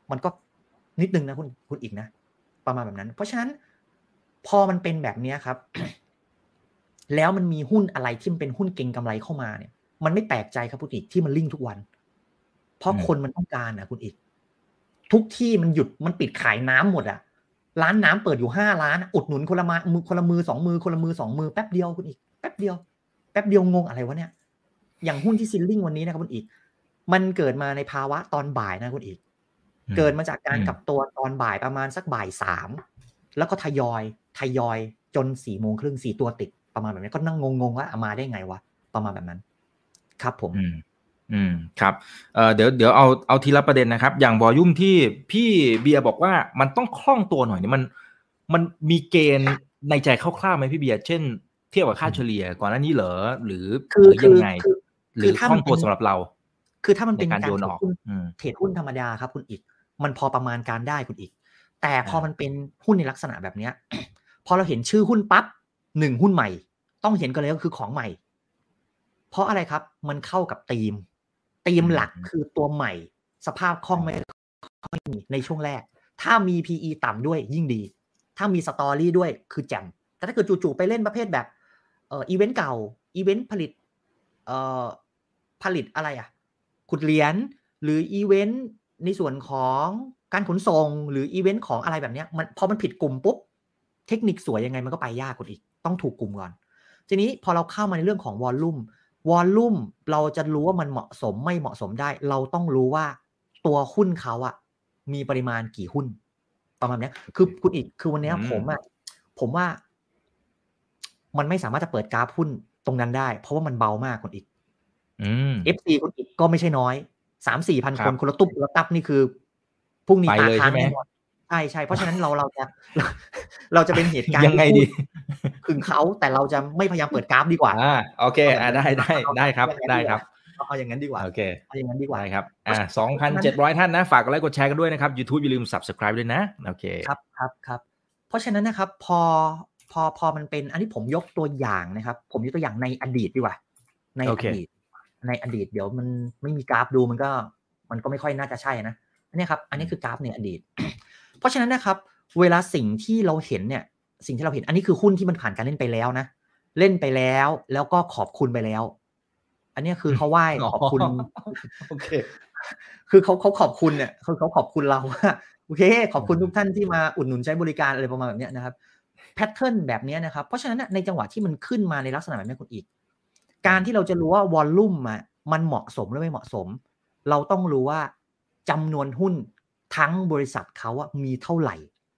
S2: มันก็นิดนึงนะคุณคุณอีกนะประมาณแบบนั้นเพราะฉะนั้นพอมันเป็นแบบนี้ครับ แล้วมันมีหุ้นอะไรที่มันเป็นหุ้นเก็งกำไรเข้ามาเนี่ยมันไม่แปลกใจครับคุณอีกที่มันลิ่งทุกวันเพราะคนมันต้องการนะคุณอีกทุกที่มันหยุดมันปิดขายน้ำหมดอะร้านน้ำเปิดอยู่ห้าร้านอุดหนุนคนละมามือคนละมือสองมือคนละมือสองมือแป๊บเดียวคุณอีกแป๊บเดียวแป๊บเดียวงงอะไรวะเนี่ยอย่างหุ้นที่ซิลลิ่งวันนี้นะครับคุณอีกมันเกิดมาในภาวะตอนบ่ายนะคุณอีกเกิดมาจากการกลับตัวตอนบ่ายประมาณสักบ่ายสามแล้วก็ทยอยทยอยจนสี่โมงครึ่งสี่ตัวติดประมาณแบบนี้ก็นั่งงงๆว่ามาได้ไงวะประมาณแบบนั้นครับผม
S1: อืมอืมครับเอ่อเดี๋ยวเดี๋ยวเอาเอาทีละประเด็นนะครับอย่างวอลลุ่มที่พี่เบียร์บอกว่ามันต้องคล่องตัวหน่อยเนี่ยมันมันมีเกณฑ์ในใจคร่าวๆไหมพี่เบียร์เช่นเทียบกับค่าเฉลี่ยก่อนหน้านี้เหรอหรือหรือยังไงหรือคล่องตัวสำหรับเรา
S2: คือถ้ามันเป็นการ
S1: โยนออก
S2: เทรดหุ้นธรรมดาครับคุณอีกมันพอประมาณการได้คุณอีกแต่พอมันเป็นหุ้นในลักษณะแบบนี้ พอเราเห็นชื่อหุ้นปั๊บหนึ่งหุ้นใหม่ต้องเห็นกันเลยก็คือของใหม่เพราะอะไรครับมันเข้ากับธีมธีมหลักคือตัวใหม่สภาพคล่องไม่ค่อยมีในช่วงแรกถ้ามี พี อี ต่ำด้วยยิ่งดีถ้ามีสตอรี่ด้วยคือแจ่มแต่ถ้าเกิดจู่ๆไปเล่นประเภทแบบเอ่ออีเวนต์เก่าอีเวนต์ผลิตเอ่อผลิตอะไรอ่ะขุดเหรียญหรืออีเวนต์ในส่วนของการขนส่งหรืออีเวนต์ของอะไรแบบนี้มันพอมันผิดกลุ่มปุ๊บเทคนิคสวยยังไงมันก็ไปยากกว่าอีกต้องถูกกลุ่มก่อนทีนี้พอเราเข้ามาในเรื่องของวอลลุ่มวอลลุ่มเราจะรู้ว่ามันเหมาะสมไม่เหมาะสมได้เราต้องรู้ว่าตัวหุ้นเขาอะมีปริมาณกี่หุ้นประมาณนี้คือคุณอีกคือวันนี้ผมอะผมว่ามันไม่สามารถจะเปิดกราฟหุ้นตรงนั้นได้เพราะว่ามันเบามากคุณอีกเอฟซีคุณอีกก็ไม่ใช่น้อยสามสี่พันคนคนละตุ๊บคนละตับนี่คือพรุ่งนี้ตาค้างแน่นอนใช่ใช่เพราะฉะนั้นเราเราจะเราจะเป็นเหตุการณ์
S1: ยังไงดี
S2: ถึงเขาแต่เราจะไม่พยายามเปิดกราฟดีกว่า
S1: อ่าโอเคอ่าได้ได้ได้ครับได้ครับ
S2: เอาอย่างนั้นดีกว่า
S1: โอเค
S2: เอาอย่างนั้นดีกว่า
S1: ได้ครับอ่า สองพันเจ็ดร้อย ท่านนะฝากกดไลค์กดแชร์กันด้วยนะครับ YouTube อย่าลืม Subscribe ด้วยนะโอเค
S2: ครับครับครับเพราะฉะนั้นนะครับพอพอพอมันเป็นอันนี้ผมยกตัวอย่างนะครับผมยกตัวอย่างในอดีตดีกว่าในอดีตในอดีตเดี๋ยวมันไม่มีกราฟดูมันก็มันก็ไม่ค่อยน่าจะใช่นะอันนี้ครับอันนี้คือกราฟในอดีตเพราะฉะนั้นนะครับเวลาสิ่งที่เราเห็นเนี่ยสิ่งที่เราเห็นอันนี้คือหุ้นที่มันผ่านการเล่นไปแล้วนะเล่นไปแล้วแล้วก็ขอบคุณไปแล้วอันนี้คือเขาไหว้ขอบคุณ
S1: โอเค
S2: คือเขาเขาขอบคุณเนี่ยคือเขาขอบคุณเราว่าโอเคขอบคุณทุกท่านที่มาอุดหนุนใช้บริการอะไรประมาณแบบนี้นะครับแพทเทิร์นแบบนี้นะครับเพราะฉะนั้นในจังหวะที่มันขึ้นมาในลักษณะแบบนี้คุณอีกการที่เราจะรู้ว่าวอลลุ่มอ่ะมันเหมาะสมหรือไม่เหมาะสมเราต้องรู้ว่าจำนวนหุ้นทั้งบริษัทเขาอะมีเท่าไหร่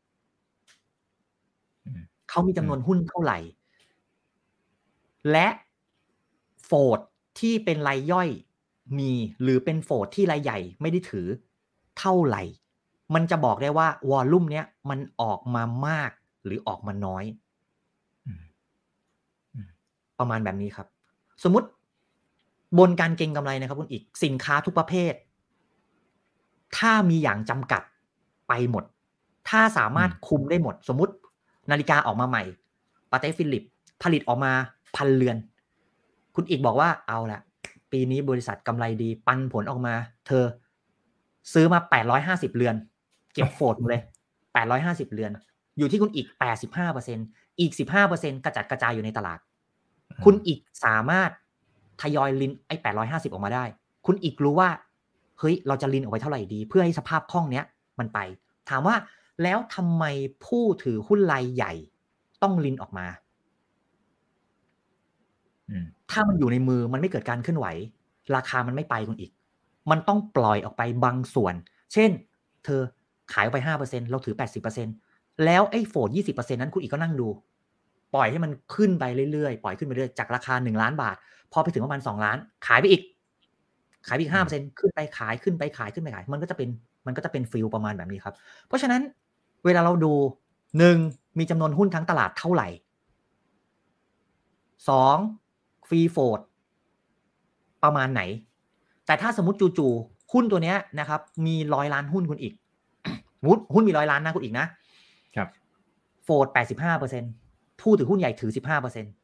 S2: เขามีจำนวนหุ้นเท่าไหร่และโฟลดที่เป็นรายย่อยมีหรือเป็นโฟลดที่รายใหญ่ไม่ได้ถือเท่าไหร่มันจะบอกได้ว่าวอลลุ่มเนี้ยมันออกมามากหรือออกมาน้อยประมาณแบบนี้ครับสมมุติบนการเก็งกำไรนะครับคุณอีกสินค้าทุกประเภทถ้ามีอย่างจำกัดไปหมดถ้าสามารถคุมได้หมดสมมุตินาฬิกาออกมาใหม่ปาเต้ฟิลิปผลิตออกมาพันเรือนคุณอีกบอกว่าเอาละปีนี้บริษัทกำไรดีปันผลออกมาเธอซื้อมาแปดร้อยห้าสิบเรือนเก็บโฟดเลยแปดร้อยห้าสิบเรือนอยู่ที่คุณอีก แปดสิบห้าเปอร์เซ็นต์ อีก สิบห้าเปอร์เซ็นต์ กระจัดกระจายอยู่ในตลาดคุณอีกสามารถทยอยลินไอ้แปดร้อยห้าสิบออกมาได้คุณอีกรู้ว่าเฮ้ยเราจะลินออกไปเท่าไหร่ดีเพื่อให้สภาพคล่องเนี้ยมันไปถามว่าแล้วทำไมผู้ถือหุ้นรายใหญ่ต้องลินออกมาถ้ามันอยู่ในมือมันไม่เกิดการเคลื่อนไหวราคามันไม่ไปคุณอีกมันต้องปล่อยออกไปบางส่วนเช่นเธอขายออกไป ห้าเปอร์เซ็นต์ เราถือ แปดสิบเปอร์เซ็นต์ แล้วไอ้โฟลด ยี่สิบเปอร์เซ็นต์ นั้นคุณอีกก็นั่งดูปล่อยให้มันขึ้นไปเรื่อยๆปล่อยขึ้นไปเรื่อยจากราคาหนึ่งล้านบาทพอไปถึงประมาณสองล้านขายไปอีกขายไปอีก ห้าเปอร์เซ็นต์ ขึ้นไปขายขึ้นไปขายขึ้นไปขายมันก็จะเป็นมันก็จะเป็นฟีลประมาณแบบนี้ครับเพราะฉะนั้นเวลาเราดูหนึ่งมีจำนวนหุ้นทั้งตลาดเท่าไหร่สองฟรีโฟลดประมาณไหนแต่ถ้าสมมติจู่ๆหุ้นตัวนี้นะครับมีร้อยล้านหุ้นคุณอีกหุ้นมีร้อยล้านนะคุณอีกนะครับโฟลด แปดสิบห้าเปอร์เซ็นต์ ผู้ถือหุ้นใหญ่ถือ สิบห้าเปอร์เซ็นต์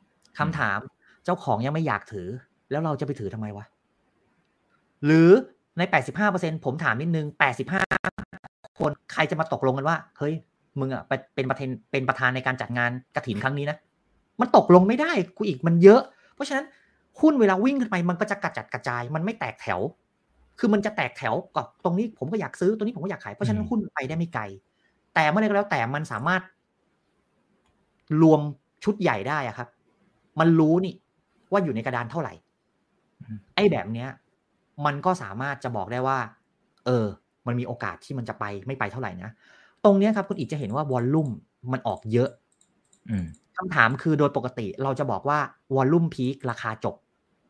S2: คำถามเจ้าของยังไม่อยากถือแล้วเราจะไปถือทำไมวะหรือใน แปดสิบห้าเปอร์เซ็นต์ ผมถามนิดนึงแปดสิบห้าคนใครจะมาตกลงกันว่าเฮ้ยมึงอ่ะไปเป็นประธานเป็นประธานในการจัดงานกฐินครั้งนี้นะมันตกลงไม่ได้กูอีกมันเยอะเพราะฉะนั้นหุ้นเวลาวิ่งขึ้นไปมันก็จะกระจัดกระจายมันไม่แตกแถวคือมันจะแตกแถวกับตรงนี้ผมก็อยากซื้อตรงนี้ผมก็อยากขายเพราะฉะนั้นหุ้นไปได้ไม่ไกลแต่เมื่อไรก็แล้วแต่มันสามารถรวมชุดใหญ่ได้อะครับมันรู้นี่ว่าอยู่ในกระดานเท่าไหร่ไอ้แบบเนี้ยมันก็สามารถจะบอกได้ว่าเออมันมีโอกาสที่มันจะไปไม่ไปเท่าไหร่นะตรงนี้ครับคุณอีกจะเห็นว่าวอลลุ่มมันออกเยอะคำถามคือโดยปกติเราจะบอกว่าวอลลุ่มพีคราคาจบ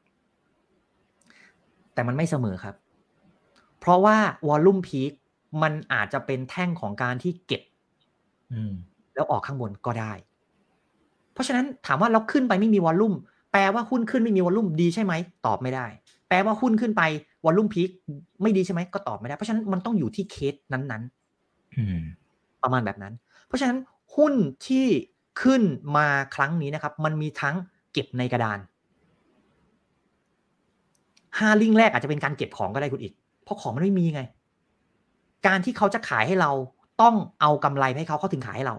S2: แต่มันไม่เสมอครับเพราะว่าวอลลุ่มพีคมันอาจจะเป็นแท่งของการที่เก็บแล้วออกข้างบนก็ได้เพราะฉะนั้นถามว่าเราขึ้นไปไม่มีวอลลุ่มแปลว่าหุ้นขึ้นไม่มีวอลลุ่มดีใช่ไหมตอบไม่ได้แปลว่าหุ้นขึ้นไปวอลลุ่มพีคไม่ดีใช่ไหมก็ตอบไม่ได้เพราะฉะนั้นมันต้องอยู่ที่เคสนั้นๆประมาณแบบนั้นเพราะฉะนั้นหุ้นที่ขึ้นมาครั้งนี้นะครับมันมีทั้งเก็บในกระดานห้าลิงแรกอาจจะเป็นการเก็บของก็ได้คุณอีกเพราะของมันไม่มีไงการที่เขาจะขายให้เราต้องเอากำไรให้เขาเขาถึงขายให้เรา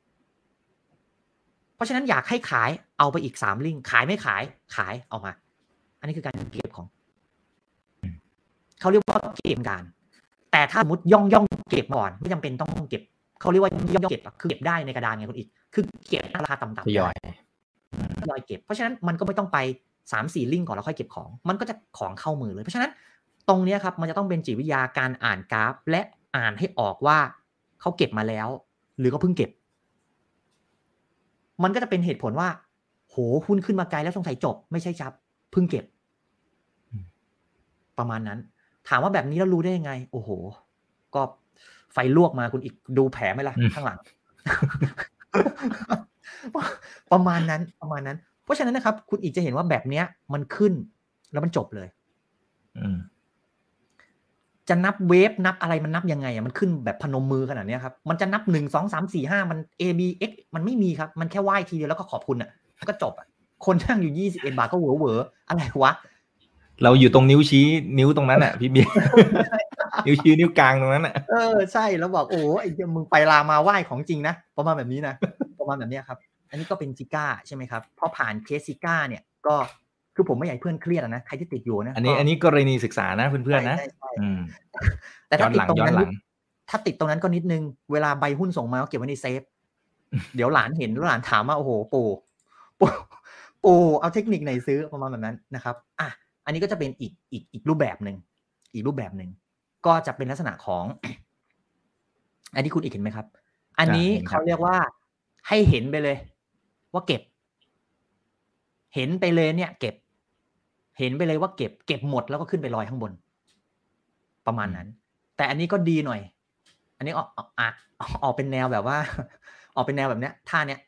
S2: เพราะฉะนั้นอยากให้ขายเอาไปอีกสามลิงขายไม่ขายขายออกมาอันนี้คือการเก็บของเขาเรียกว่าเก็บการแต่ถ้าสมมติย่องย่องเก็บก่อนไม่จำเป็นต้องเก็บเขาเรียกว่าย่องเก็บคือเก็บได้ในกระดานไงคุณอีกคือเก็บราคาต่ำๆทยอยทยอยเก็บเพราะฉะนั้นมันก็ไม่ต้องไปสามสี่ลิงก่อนแล้วค่อยเก็บของมันก็จะของเข้ามือเลยเพราะฉะนั้นตรงนี้ครับมันจะต้องเป็นจิตวิทยาการอ่านกราฟและอ่านให้ออกว่าเขาเก็บมาแล้วหรือก็เพิ่งเก็บมันก็จะเป็นเหตุผลว่าโหหุ้นขึ้นมาไกลแล้วสงสัยจบไม่ใช่ครับเพิ่งเก็บประมาณนั้นถามว่าแบบนี้เรารู้ได้ยังไงโอ้โหก็ไฟลวกมาคุณอีกดูแผลไหมล่ะข้างหลัง ประมาณนั้นประมาณนั้นเพราะฉะนั้นนะครับคุณอีกจะเห็นว่าแบบเนี้ยมันขึ้นแล้วมันจบเลยจะนับเวฟนับอะไรมันนับยังไงอ่ะมันขึ้นแบบพนมมือขนาดนี้ครับมันจะนับหนึ่งสองสามสี่ห้ามัน A B X มันไม่มีครับมันแค่ไหว้ทีเดียวแล้วก็ขอบคุณอ่ะก็จบอ่ะคนนั่งอยู่ยี่สิบเอ็ดบาทก็เหวอเหวออะไรวะ
S1: เราอยู่ตรงนิ้วชี้นิ้วตรงนั้นอ่ะพี่เบียร์ นิ้วชี้นิ้วกลางตรงนั้นอ่ะ
S2: เออใช่แล้วบอกโอ้ไอ้เจ้ามึงไปลามาไหว้ของจริงนะประมาณแบบนี้นะประมาณแบบนี้ครับอันนี้ก็เป็นซิก้าใช่ไหมครับพอผ่านเคสซิก้าเนี่ยก็คือผมไม่อยากให้เพื่อนเครียดนะใครที่ติดอยู่นะ
S1: อันนี้อันนี้กรณีศึกษานะเพื่อนๆนะ
S2: แต่ถ้าติดตรงนั้นถ้าติดตรงนั้นก็นิดนึงเวลาใบหุ้นส่งมาก็เก็บไว้ในเซฟเดี๋ยวหลานเห็นแล้วหลานถามว่าโอ้โหปู่ปู่ปู่เอาเทคนิคไหนซื้อประมาณแบบนั้นนะครับอ่ะอันนี้ก็จะเป็นอีกอีกอีกรูปแบบหนึ่งอีกรูปแบบหนึ่งก็จะเป็นลักษณะของอันนี้คุณอีกเห็นไหมครับอันนี้เขาเรียกว่าให้เห็นไปเลยว่าเก็บเห็นไปเลยเนี่ยเก็บเห็นไปเลยว่าเก็บเก็บหมดแล้วก็ขึ้นไปลอยข้างบนประมาณนั้นแต่อันนี้ก็ดีหน่อยอันนี้ออกออกออกเป็นแนวแบบว่าออกเป็นแนวแบบเนี้ยท่าเนี้ย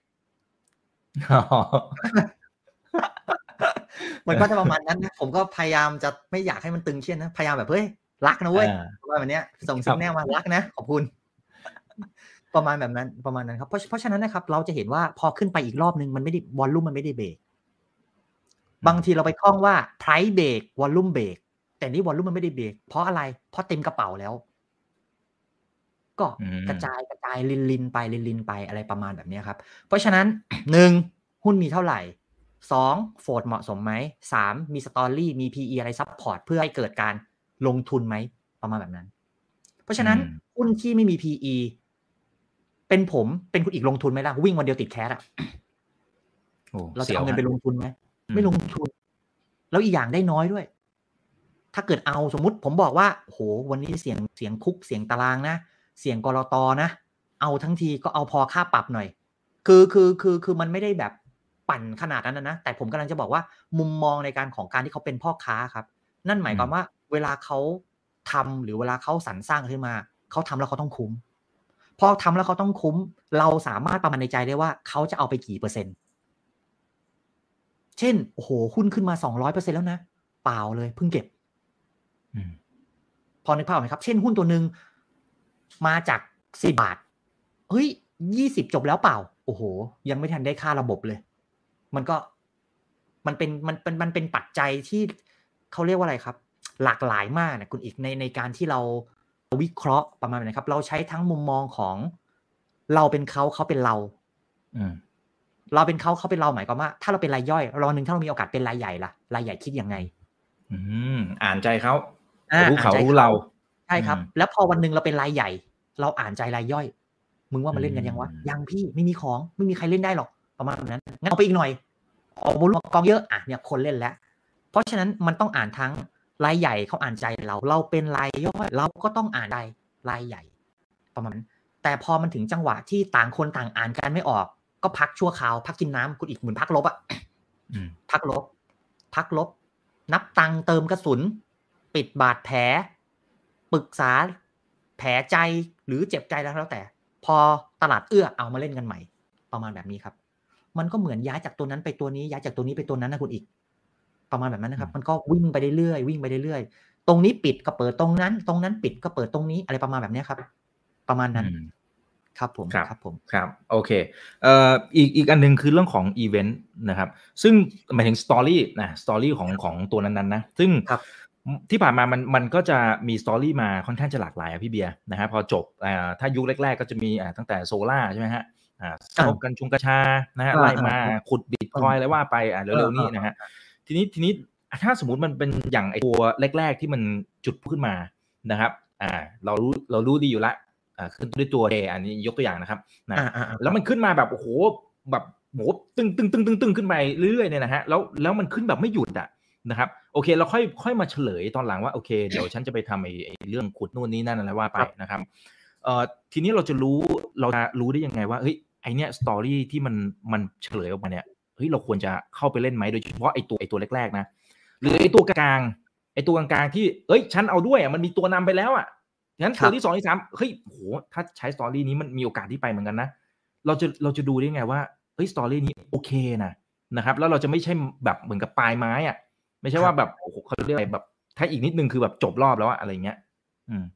S2: มันก็จะประมาณนั้นนะผมก็พยายามจะไม่อยากให้มันตึงเช่นนะพยายามแบบเฮ้ยรักนะเว้ยประมาณแบบเนี้ยส่งสัญญาณมารักนะขอบคุณประมาณแบบนั้นประมาณนั้นครับเพราะเพราะฉะนั้นนะครับเราจะเห็นว่าพอขึ้นไปอีกรอบนึงมันไม่ได้วอลลุ่มมันไม่ได้เบรกบางทีเราไปคล้องว่า price break volume break แต่นี่วอลลุ่มมันไม่ได้เบรกเพราะอะไรเพราะเต็มกระเป๋าแล้วก็กระจายกระจายลินลินไปลินลินไปอะไรประมาณแบบนี้ครับเพราะฉะนั้นหนึ่งหุ้นมีเท่าไหร่สองโฟลดเหมาะสมไหมสามมีสตอรี่มี พี อี อะไรซัพพอร์ตเพื่อให้เกิดการลงทุนไหมประมาณแบบนั้นเพราะฉะนั้นหุ้นที่ไม่มี พี อี เป็นผมเป็นคุณอีกลงทุนไหมล่ะวิ่งวันเดียวติดแคสอ่ะเราจะเอาเงินไปลงทุนไหมไม่ลงทุนแล้วอีกอย่างได้น้อยด้วยถ้าเกิดเอาสมมุติผมบอกว่าโหวันนี้เสียงเสียงคุกเสียงตารางนะเสียงกลตนะเอาทั้งทีก็เอาพอค่าปรับหน่อยคือคือคือคือมันไม่ได้แบบปั่นขนาดนั้นนะแต่ผมกำลังจะบอกว่ามุมมองในการของการที่เขาเป็นพ่อค้าครับนั่นหมายความว่าเวลาเขาทำหรือเวลาเขาสรรสร้างขึ้นมาเขาทำแล้วเขาต้องคุ้มพอทำแล้วเขาต้องคุ้มเราสามารถประมาณในใจได้ว่าเขาจะเอาไปกี่เปอร์เซ็นต์เช่นโอ้โหหุ้นขึ้นมา สองร้อยเปอร์เซ็นต์ แล้วนะเปล่าเลยเพิ่งเก็บพอนึกภาพออกไหมครับเช่นหุ้นตัวหนึ่งมาจากสิบบาทเฮ้ยยี่สิบจบแล้วเปล่าโอ้โหยังไม่ทันได้ค่าระบบเลยมันก็มันเป็นมันเป็นมันเป็นปัจจัยที่เขาเรียกว่าอะไรครับหลากหลายมากนะคุณอีกในในการที่เราวิเคราะห์ประมาณนี้ครับเราใช้ทั้งมุมมองของเราเป็นเขาเขาเป็นเรา
S1: อืม
S2: เราเป็นเขาเขาเป็นเราหมายความว่าถ้าเราเป็นรายย่อยรอบนึงถ้าเรามีโอกาสเป็นรายใหญ่ล่ะรายใหญ่คิดยังไง
S1: อืมอ่านใจเขา
S2: อ่า
S1: รู้
S2: อ่าน
S1: เขา
S2: ใจ
S1: รู้เรา
S2: ใช่ครับ
S1: อืม
S2: แล้วพอวันหนึ่งเราเป็นรายใหญ่ เราอ่านใจรายย่อย มึงว่ามันเล่นกันยังวะ
S1: อืม
S2: ยังพี่ไม่มีของไม่มีใครเล่นได้หรอกประมาณนั้นงั้นเอาไปอีกหน่อยออกบอลกองเยอะอ่ะเนี่ยคนเล่นแล้ว เพราะฉะนั้นมันต้องอ่านทั้งรายใหญ่เขาอ่านใจเรา เราเป็นรายย่อยเราก็ต้องอ่านใจรายใหญ่ประมาณนั้นแต่พอมันถึงจังหวะที่ต่างคนต่างอ่านกันไม่ออก ก็พักชั่วคราวพักกินน้ำคุณอีกเหมือนพักลบอะ
S1: อืม
S2: พักลบพักลบนับตังค์เติมกระสุนปิดบาดแผลปรึกษาแผลใจหรือเจ็บใจแล้วแล้วแต่พอตลาดเอื้อเอามาเล่นกันใหม่ประมาณแบบนี้ครับมันก็เหมือนย้ายจากตัวนั้นไปตัวนี้ย้ายจากตัวนี้ไปตัวนั้นนะคุณอีกประมาณแบบนั้นนะครับมันก็วิ่งไปเรื่อยๆวิ่งไปเรื่อยๆตรงนี้ปิดก็เปิดตรงนั้นตรงนั้นปิดก็เปิดตรงนี้อะไรประมาณแบบนี้ครับประมาณนั้นครับผม
S1: ครับ
S2: ครับผม
S1: ครับโอเคเอ่ออีกอีกอันหนึงคือเรื่องของอีเวนต์นะครับซึ่งหมายถึงสตอรี่นะสตอรี่ของของตัวนั้นๆนะซึ่ง
S2: ครับ
S1: ที่ผ่านมามันมันก็จะมีสตอรี่มาค่อนข้างจะหลากหลายอะพี่เบียร์นะฮะพอจบอ่าถ้ายุคแรกๆก็จะมีอ่าตั้งแต่โซล่าใช่ไหมฮะอ่าสงบกันชงกระชานะฮะ
S2: อ่า
S1: ไล่มา
S2: อ่า
S1: ขุดบิตคอยอะไรว่าไปอ่า
S2: เออ
S1: เร็วๆนี้
S2: เออ
S1: นะฮะทีนี้ทีนี้ถ้าสมมติมันเป็นอย่างไอตัวแรกๆที่มันจุดขึ้นมานะครับอ่าเรารู้เรารู้ดีอยู่แล้วอ่าขึ้นด้วยตัว A อันนี้ยกตัวอย่างนะครับนะ
S2: อ่าอ่าอ่า
S1: แล้วมันขึ้นมาแบบโอ้โหแบบโหตึงตึงตึงตึงตึงขึ้นไปเรื่อยๆเนี่ยนะฮะแล้วแล้วมันขึ้นแบบไม่หยุดอ่ะนะครับโอเคเราค่อยค่อยมาเฉลยตอนหลังว่าโอเคเดี๋ยวฉันจะไปทำไอ้ไอ้เรื่องขุดนู่นนี่นั่นอะไรว่าไปนะครับเอ่อทีนี้เราจะรู้เราจะรู้ได้ยังไงว่าเฮ้ยไอเนี้ยสตอรี่ที่มันมันเฉลยออกมาเนี่ยเฮ้ยเราควรจะเข้าไปเล่นไหมโดยเฉพาะไอตัวไอตัวแรกๆนะหรือไอตัวกลางไอตัวกลางๆที่เอ้ยฉันเอาด้วยอ่ะมันมีตัวนำไปแล้วอ่ะงั้นตัวที่สองที่สามเฮ้ยโหถ้าใช้สตอรี่นี้มันมีโอกาสที่ไปเหมือนกันนะเราจะเราจะดูได้ไงว่าเฮ้ยสตอรี่นี้โอเคนะนะครับแล้วเราจะไม่ใช่แบบเหมือนกับปลายไม้อ่ะไม่ใช่ว่าแบบโอ้โหเขาเรียกอะไรแบบถ้าอีกนิดนึงคือแบบจบรอบแล้วอะอะไรเงี้ยอืม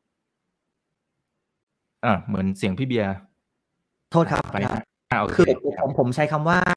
S1: อ่าเหมือนเสียงพี่เบียร์
S2: โทษครับ
S1: ไปนะอ่าโอเค
S2: คือผม
S1: ค
S2: ผ
S1: รับ
S2: มผมใช้คำว่า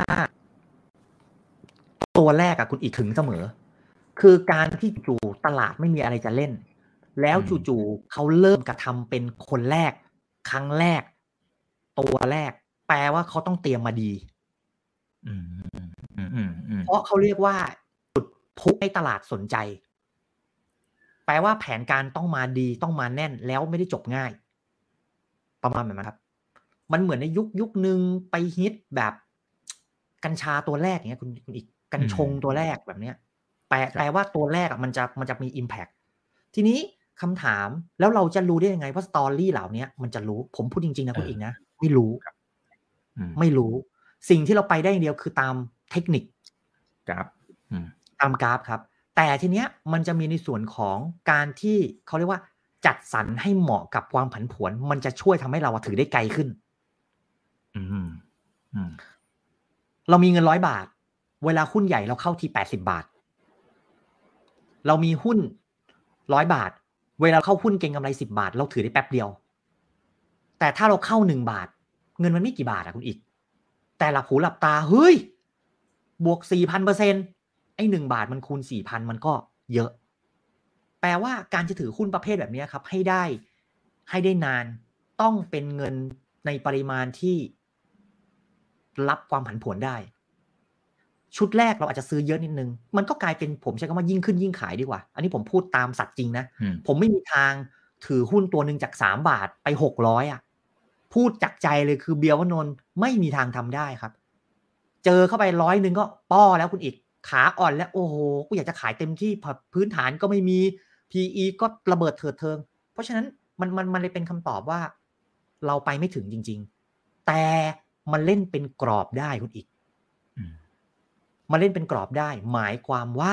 S2: ตัวแรกอะคุณอีกถึงเสมอ คือการที่จู่ตลาดไม่มีอะไรจะเล่น แล้วจู่ๆเขาเริ่มกระทำเป็นคนแรก ครั้งแรก ตัวแรก แปลว่าเขาต้องเตรียมมาดี
S1: อืมอืมอืมอืม
S2: เพราะเขาเรียกว่าจุดพุให้ตลาดสนใจ แปลว่าแผนการต้องมาดีต้องมาแน่นแล้วไม่ได้จบง่าย ประมาณแบบนั้นครับ มันเหมือนในยุคยุคนึงไปฮิตแบบกัญชาตัวแรกอย่างเงี้ยคุณคุณอีกกัญชงตัวแรกแบบเนี้ยแปลแปลว่าตัวแรกอ่ะมันจะมันจะมี impact ทีนี้คำถามแล้วเราจะรู้ได้ยังไงว่าสตอรี่เหล่านี้มันจะรู้ผมพูดจริงๆนะคุณอีกนะไม่รู้ไม่รู้สิ่งที่เราไปได้อย่างเดียวคือตามเทคนิค
S1: กราฟ
S2: ตามกราฟครับแต่ทีเนี้ยมันจะมีในส่วนของการที่เขาเรียกว่าจัดสรรให้เหมาะกับความผันผวนมันจะช่วยทำให้เราถือได้ไกลขึ้น
S1: อืมอืม
S2: เรามีเงินร้อยบาทเวลาหุ้นใหญ่เราเข้าทีแปดสิบบาทเรามีหุ้นร้อยบาทเวลาเข้าหุ้นเก็งกำไรสิบบาทเราถือได้แป๊บเดียวแต่ถ้าเราเข้าหนึ่งบาทเงินมันไม่กี่บาทอะคุณอีกแต่หลับหูหลับตาเฮ้ยบวก สี่พันเปอร์เซ็นต์ ไอ้หนึ่งบาทมันคูณ สี่พัน มันก็เยอะแปลว่าการจะถือหุ้นประเภทแบบนี้ครับให้ได้ให้ได้นานต้องเป็นเงินในปริมาณที่รับความผันผวนได้ชุดแรกเราอาจจะซื้อเยอะนิดนึงมันก็กลายเป็นผมใช้คำว่ายิ่งขึ้นยิ่งขายดีกว่าอันนี้ผมพูดตามสัตว์จริงนะผมไม่มีทางถือหุ้นตัวหนึ่งจากสามบาทไปหกร้อยอ่ะพูดจากใจเลยคือเบียร์วนนท์ไม่มีทางทำได้ครับเจอเข้าไปร้อยหนึ่งก็ป้อแล้วคุณอีกขาอ่อนแล้วโอ้โหกูอยากจะขายเต็มที่พื้นฐานก็ไม่มี พี อี ก็ระเบิดเถิดเทิงเพราะฉะนั้นมันมันมันเลยเป็นคำตอบว่าเราไปไม่ถึงจริงๆแต่มันเล่นเป็นกรอบได้คุณอีกมาเล่นเป็นกรอบได้หมายความว่า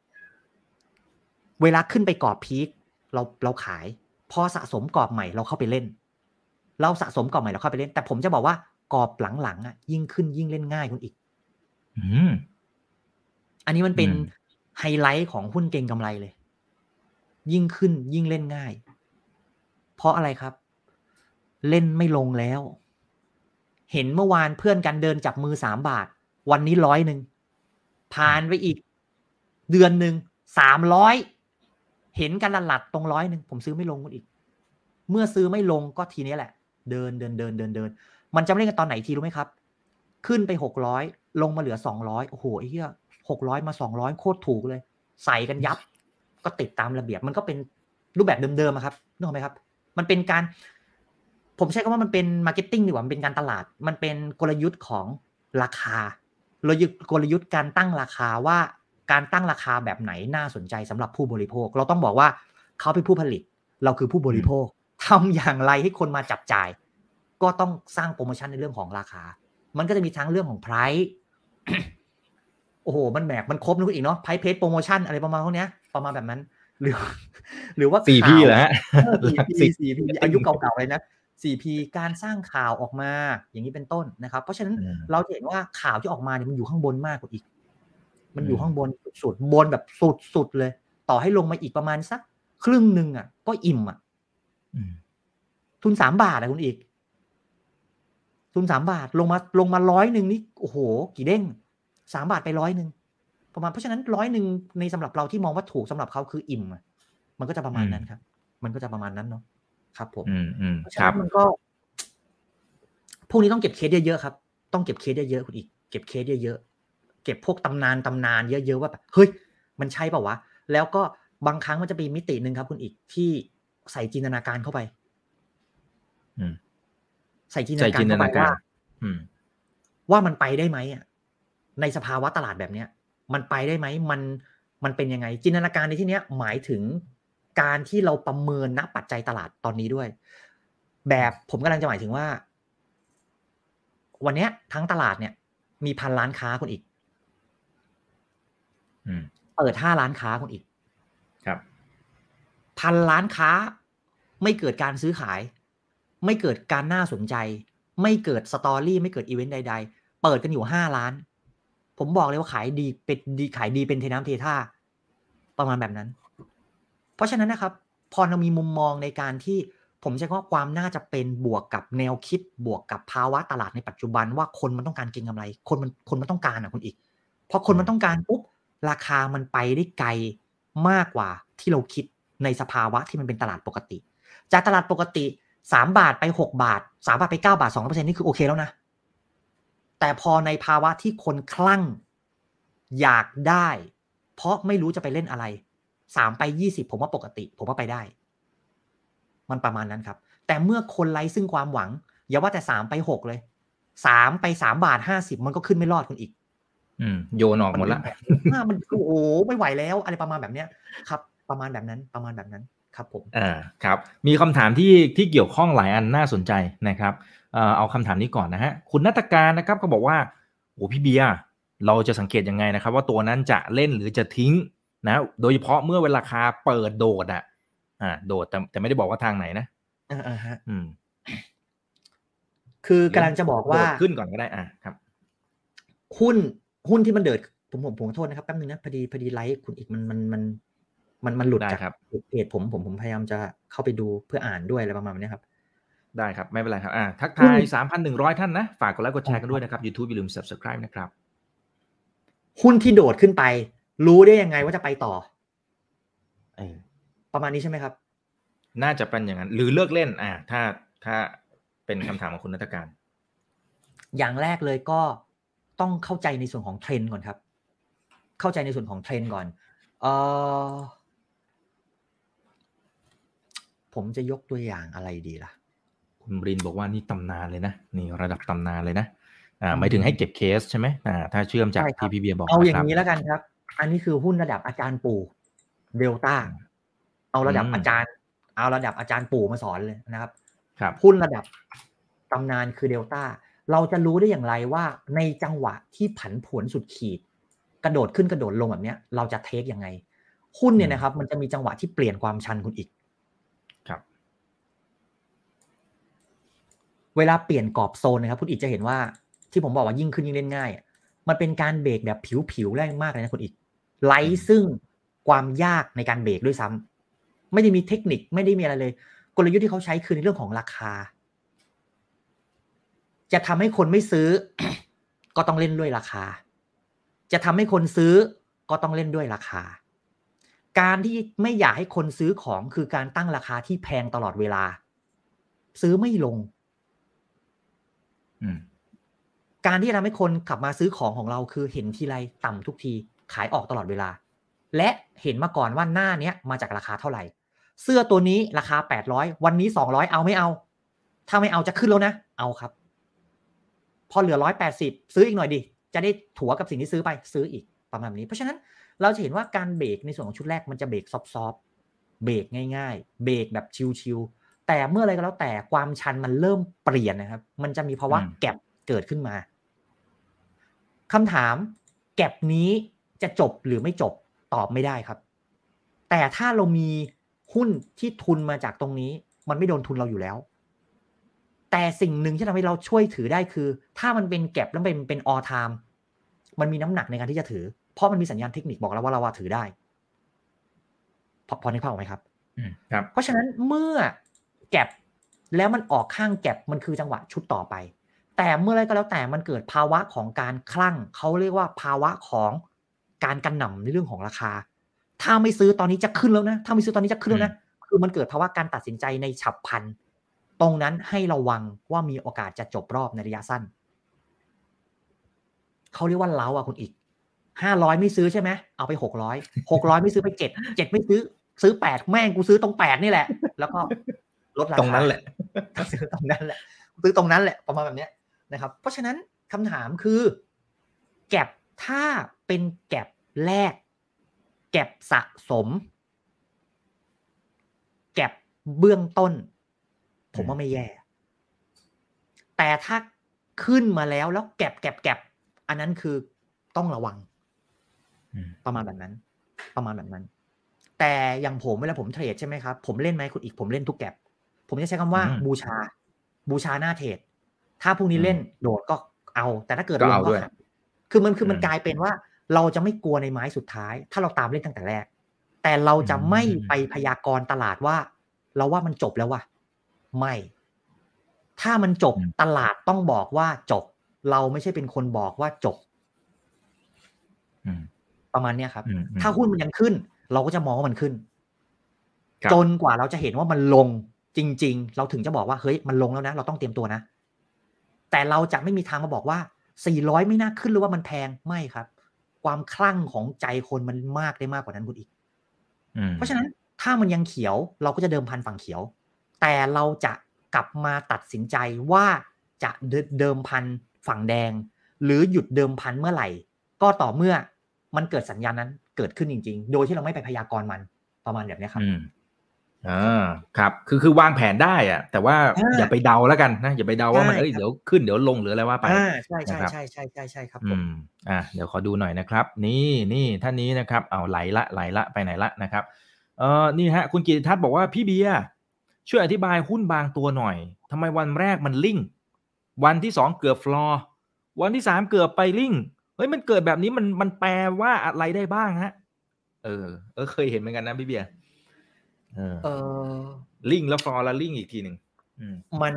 S2: เวลาขึ้นไปกรอบพีคเราเราขายพอสะสมกรอบใหม่เราเข้าไปเล่นเราสะสมกรอบใหม่เราเข้าไปเล่นแต่ผมจะบอกว่ากรอบหลังๆอ่ะยิ่งขึ้นยิ่งเล่นง่ายคุณอีกอันนี้มันเป็นไฮไลท์ของหุ้นเก็งกำไรเลยยิ่งขึ้นยิ่งเล่นง่ายเพราะอะไรครับเล่นไม่ลงแล้วเห็นเมื่อวานเพื่อนกันเดินจับมือสามบาทวันนี้ร้อยหนึ่งผ่านไปอีกเดือนหนึ่งสามร้อยเห็นกันหลัดๆตรงร้อยหนึ่งผมซื้อไม่ลงคุณอีกเมื่อซื้อไม่ลงก็ทีนี้แหละเดินเดินเดินเดินเดินมันจะไม่เล่นกันตอนไหนทีรู้ไหมครับขึ้นไปหกร้อยลงมาเหลือสองร้อยโอ้โหไอ้เหี้ยหกร้อยมาสองร้อยโคตรถูกเลยใส่กันยับก็ติดตามระเบียบมันก็เป็นรูปแบบเดิมๆครับนึกออกไหมครับมันเป็นการผมใช้คำว่ามันเป็นมาร์เก็ตติ้งดีกว่ามันเป็นการตลาดมันเป็นกลยุทธ์ของราคาเรายึดกลยุทธ์การตั้งราคาว่าการตั้งราคาแบบไหนน่าสนใจสำหรับผู้บริโภคเราต้องบอกว่าเขาเป็นผู้ผลิตเราคือผู้บริโภคทำอย่างไรให้คนมาจับจ่ายก็ต้องสร้างโปรโมชั่นในเรื่องของราคามันก็จะมีทั้งเรื่องของ price โอ้โหมันแหมกมันครบนึกอีกเนาะ price page promotion อะไรประมาณพวกนี้ประมาณแบบนั้นหรือหรือว่า
S1: สี่ พี เหรอฮะ
S2: สี่ พี สี่ พี อายุเก่าๆเลยนะ สี่ พี การสร้างข่าวออกมาอย่างนี้เป็นต้นนะครับเพราะฉะนั้นเราเห็นว่าข่าวที่ออกมาเนี่ยมันอยู่ข้างบนมากกว่าอีกมันอยู่ข้างบนสุดๆบนแบบสุดๆเลยต่อให้ลงมาอีกประมาณสักครึ่งนึงอ่ะก็อิ่มอ่ะทุนสามบาทอ่ะคุณอีกทุนสามบาทลงมาลงมาร้อยนึงนี่โอ้โหกี่เด้งสามบาทไปร้อยนึงประมาณเพราะฉะนั้นร้อยนึงในสำหรับเราที่มองว่าถูกสำหรับเขาคืออิ่มอ่ะมันก็จะประมาณนั้นครับมันก็จะประมาณนั้นเนาะครับผมเพราะฉะนั้นมันก็พวกนี้ต้องเก็บเคสเยอะๆครับต้องเก็บเคสเยอะๆคุณอีกเก็บเคสเยอะๆเก็บพวกตำนานตำนานเยอะๆว่าแบบเฮ้ยมันใช่เปล่าวะแล้วก็บางครั้งมันจะมีมิตินึงครับคุณอีกที่ใส่จินตนาการเข้าไปใส่จินตนาการเข้าไปว่าว่ามันไปได้ไหมอ่ะในสภาวะตลาดแบบเนี้ยมันไปได้ไหมมันมันเป็นยังไงจินตนาการในที่เนี้ยหมายถึงการที่เราประเมินณปัจจัยตลาดตอนนี้ด้วยแบบผมกำลังจะหมายถึงว่าวันนี้ทั้งตลาดเนี่ยมีพันล้านค้าคนอีกเปิดห้าล้านค้าคนอีก
S1: ครับ
S2: พันล้านค้าไม่เกิดการซื้อขายไม่เกิดการน่าสนใจไม่เกิดสตอรี่ไม่เกิดอีเวนต์ใดๆเปิดกันอยู่ห้าล้านผมบอกเลยว่าขายดีเป็นดีขายดีเป็นเทน้ำเทท่าประมาณแบบนั้นเพราะฉะนั้นนะครับพอเรามีมุมมองในการที่ผมใช้คำว่าความน่าจะเป็นบวกกับแนวคิดบวกกับภาวะตลาดในปัจจุบันว่าคนมันต้องการเก็งกำไรคนมันคนมันต้องการอ่ะคุณอีกพอคนมันต้องการปุ๊บราคามันไปได้ไกลมากกว่าที่เราคิดในสภาวะที่มันเป็นตลาดปกติจากตลาดปกติสามบาทไปหกบาทสามบาทไปเก้าบาท สองเปอร์เซ็นต์ นี่คือโอเคแล้วนะแต่พอในภาวะที่คนคลั่งอยากได้เพราะไม่รู้จะไปเล่นอะไรสามไปยี่สิบผมว่าปกติผมว่าไปได้มันประมาณนั้นครับแต่เมื่อคนไร้ซึ่งความหวังอย่าว่าแต่สามไปหกเลยสามไปสามบาทห้าสิบมันก็ขึ้นไม่รอดคุณอีก
S1: อืมโยนออกหมดละ
S2: มันโอ้โหไม่ไหวแล้วอะไรประมาณแบบเนี้ยครับประมาณแบบนั้นประมาณแบบนั้นครับผม
S1: อ่าครับมีคำถามที่ที่เกี่ยวข้องหลายอันน่าสนใจนะครับเอ่อเอาคำถามนี้ก่อนนะฮะคุณณัฐการนะครับเขาบอกว่าโอ้พี่เบียร์เราจะสังเกตยังไงนะครับว่าตัวนั้นจะเล่นหรือจะทิ้งนะโดยเฉพาะเมื่อเวลาราคาเปิดโดดอ่ะอ่าโดดแต่แต่ไม่ได้บอกว่าทางไหนนะ
S2: อ่าอ่าฮะ
S1: อืม
S2: คือกำลังจะบอกว่า
S1: ขึ้นก่อนก็ได้อ่าครับ
S2: หุ้นหุ้นที่มันเดิดผมผมผมโทษนะครับแป๊บนึงนะพอดีพอดีไลฟ์คุณอีกมันมันมันมันมันหลุดจากเพจผมผมผมพยายามจะเข้าไปดูเพื่ออ่านด้วยอะไรประมาณนี้ครับ
S1: ได้ครับไม่เป็นไรครับอ่าทักทาย สามพันหนึ่งร้อย ท่านนะฝากกดไลค์กดแชร์กันด้วยนะครับ YouTube อย่าลืม Subscribe นะครับ
S2: หุ้นที่โดดขึ้นไปรู้ได้ยังไงว่าจะไปต่อ
S1: เออ
S2: ประมาณนี้ใช่ไหมครับ
S1: น่าจะเป็นอย่างนั้นหรือเลิกเล่นอ่าถ้าถ้าเป็นคำถามของคุณณัฐการ
S2: อย่างแรกเลยก็ต้องเข้าใจในส่วนของเทรนด์ก่อนครับเข้าใจในส่วนของเทรนด์ก่อนเออผมจะยกตัวอย่างอะไรดีล่ะ
S1: คุณบรินบอกว่านี่ตำนานเลยนะนี่ระดับตำนานเลยนะอ่าหมายถึงให้เก็บเคสใช่ไหมอ่าถ้าเชื่อมจากที่พี่เบียร์บอก
S2: เอาอย่างนี้แล้วกันครับอันนี้คือหุ้นระดับอาจารย์ปู่เดลต้าเอาระดับอาจารย์เอาระดับอาจารย์ปู่มาสอนเลยนะครับหุ้นระดับตำนานคือเดลต้าเราจะรู้ได้อย่างไรว่าในจังหวะที่ผันผวนสุดขีดกระโดดขึ้นกระโดดลงแบบนี้เราจะเทคยังไงหุ้นเนี่ยนะครับมันจะมีจังหวะที่เปลี่ยนความชันคุณอีก
S1: ครับ
S2: เวลาเปลี่ยนกรอบโซนนะครับคุณอีกจะเห็นว่าที่ผมบอกว่ายิ่งขึ้นยิ่งเล่นง่ายมันเป็นการเบรกแบบผิวๆแรงมากเลยนะคุณอีกไร้ซึ่งความยากในการเบรกด้วยซ้ำไม่ได้มีเทคนิคไม่ได้มีอะไรเลยกลยุทธ์ที่เขาใช้คือในเรื่องของราคาจะทำให้คนไม่ซื้อ ก็ต้องเล่นด้วยราคาจะทำให้คนซื้อก็ต้องเล่นด้วยราคาการที่ไม่อยากให้คนซื้อของคือการตั้งราคาที่แพงตลอดเวลาซื้อไม่ลงการที่จะทำให้คนกลับมาซื้อของของเราคือเห็นทีไรต่ำทุกทีขายออกตลอดเวลาและเห็นมาก่อนว่าหน้าเนี้ยมาจากราคาเท่าไหร่เสื้อตัวนี้ราคาแปดร้อยวันนี้สองร้อยเอาไม่เอาถ้าไม่เอาจะขึ้นแล้วนะเอาครับพอเหลือหนึ่งร้อยแปดสิบซื้ออีกหน่อยดิจะได้ถัวกับสิ่งที่ซื้อไปซื้ออีกประมาณนี้เพราะฉะนั้นเราจะเห็นว่าการเบรกในส่วนของชุดแรกมันจะเบรกซอฟต์ๆเบรกง่ายๆเบรกแบบชิลๆแต่เมื่ออะไรก็แล้วแต่ความชันมันเริ่มเปลี่ยนนะครับมันจะมีภาวะแก็ปเกิดขึ้นมาคำถามแก็ปนี้จะจบหรือไม่จบตอบไม่ได้ครับแต่ถ้าเรามีหุ้นที่ทุนมาจากตรงนี้มันไม่โดนทุนเราอยู่แล้วแต่สิ่งหนึ่งที่ทำให้เราช่วยถือได้คือถ้ามันเป็นแก็ปแล้วเป็นเป็น all time มันมีน้ำหนักในการที่จะถือเพราะมันมีสัญญาณเทคนิคบอกแล้วว่าเราว่าถือได้พอพอนึกภาพออกไหมครับ
S1: ครับ
S2: เพราะฉะนั้นเมื่อแก็ปแล้วมันออกข้างแก็ปมันคือจังหวะชุดต่อไปแต่เมื่อไรก็แล้วแต่มันเกิดภาวะของการคลั่งเขาเรียกว่าภาวะของการกระหน่ำในเรื่องของราคาถ้าไม่ซื้อตอนนี้จะขึ้นแล้วนะถ้าไม่ซื้อตอนนี้จะขึ้นแล้วนะคือมันเกิดภาวะการตัดสินใจในฉับพลันตรงนั้นให้ระวังว่ามีโอกาสจะจบรอบในระยะสั้นเขาเรียกว่าเล้าอ่ะคุณอีกห้าร้อยไม่ซื้อใช่ไหมเอาไปหกร้อยหกร้อยไม่ซื้อไปเจ็ด เจ็ดไม่ซื้อซื้อแปดแม่งกูซื้อตรงแปดนี่แหละแล้วก็ลดราคา
S1: ตรงนั้นแหละ
S2: ซื้อตรงนั้นแหละซื้อตรงนั้นแหละประมาณแบบนี้นะครับเพราะฉะนั้นคำถามคือแก็บถ้าเป็นแก็บแรกแก็บสะสมแก็บเบื้องต้นผมว่าไม่แย่แต่ถ้าขึ้นมาแล้วแล้วแก็บแก็บแก็บอันนั้นคือต้องระวังประมาณแบบนั้นประมาณแบบนั้นแต่อย่างผมเวลาผมเทรดใช่ไหมครับผมเล่นไหมคุณอีกผมเล่นทุกแก็บผมจะใช้คำว่าบูชาบูชาหน้าเทรดถ้าพรุ่งนี้เล่นโดดก็เอาแต่ถ้าเกิดลงก็ขัดคือมันคือมันกลายเป็นว่าเราจะไม่กลัวในไม้สุดท้ายถ้าเราตามเล่นตั้งแต่แรกแต่เราจะไม่ไปพยากรณ์ตลาดว่าเราว่ามันจบแล้วว่ะไม่ถ้ามันจบตลาดต้องบอกว่าจบเราไม่ใช่เป็นคนบอกว่าจบประมาณนี้ครับถ้าหุ้นมันยังขึ้นเราก็จะมองว่ามันขึ้นจนกว่าเราจะเห็นว่ามันลงจริงๆเราถึงจะบอกว่าเฮ้ยมันลงแล้วนะเราต้องเตรียมตัวนะแต่เราจะไม่มีทางมาบอกว่าสี่ร้อยไม่น่าขึ้นหรือว่ามันแพงไม่ครับความคลั่งของใจคนมันมากได้มากกว่านั้นคุณอีกเพราะฉะนั้นถ้ามันยังเขียวเราก็จะเดิมพันฝั่งเขียวแต่เราจะกลับมาตัดสินใจว่าจะเดิมพันฝั่งแดงหรือหยุดเดิมพันเมื่อไหร่ก็ต่อเมื่อมันเกิดสัญญาณนั้นเกิดขึ้นจริงๆโดยที่เราไม่ไปพยากรณ์มันประมาณแบบนี้ครับ
S1: อ่าครับคือคือวางแผนได้อะแต่ว่าอย่าไปเดาแล้วกันนะอย่าไปเดาว่ามันเอ้ยเดี๋ยวขึ้นเดี๋ยวลงหรืออะไรว่าไป
S2: ใช่ใช่ใช่ใช่ใช่ใช่ครับผม
S1: อ่าเดี๋ยวขอดูหน่อยนะครับนี่นี่ท่านนี้นะครับเอาไหลละไหลละไปไหนละนะครับเออนี่ฮะคุณกิติทัศน์บอกว่าพี่เบียร์ช่วยอธิบายหุ้นบางตัวหน่อยทำไมวันแรกมันลิ่งวันที่สองเกือบฟลอร์วันที่สามเกือบไปลิ่งเฮ้ยมันเกิดแบบนี้มันมันแปลว่าอะไรได้บ้างฮะเออเออเคยเห็นเหมือนกันนะพี่เบียร์เออเออลิ่งแล้วฟลอร์แล้วลิ่งอีกทีหนึ่ง
S2: มัน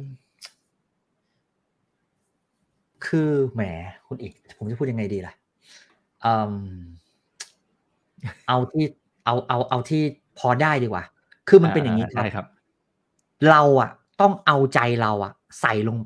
S2: คือแหมคุณอีกผมจะพูดยังไงดีล่ะเออเอาที่เอาเอาเอาที่พอได้ดีกว่าคือมันเป็นอย่างนี้ครับเราอ่ะต้องเอาใจเราอ่ะใส่ลงไป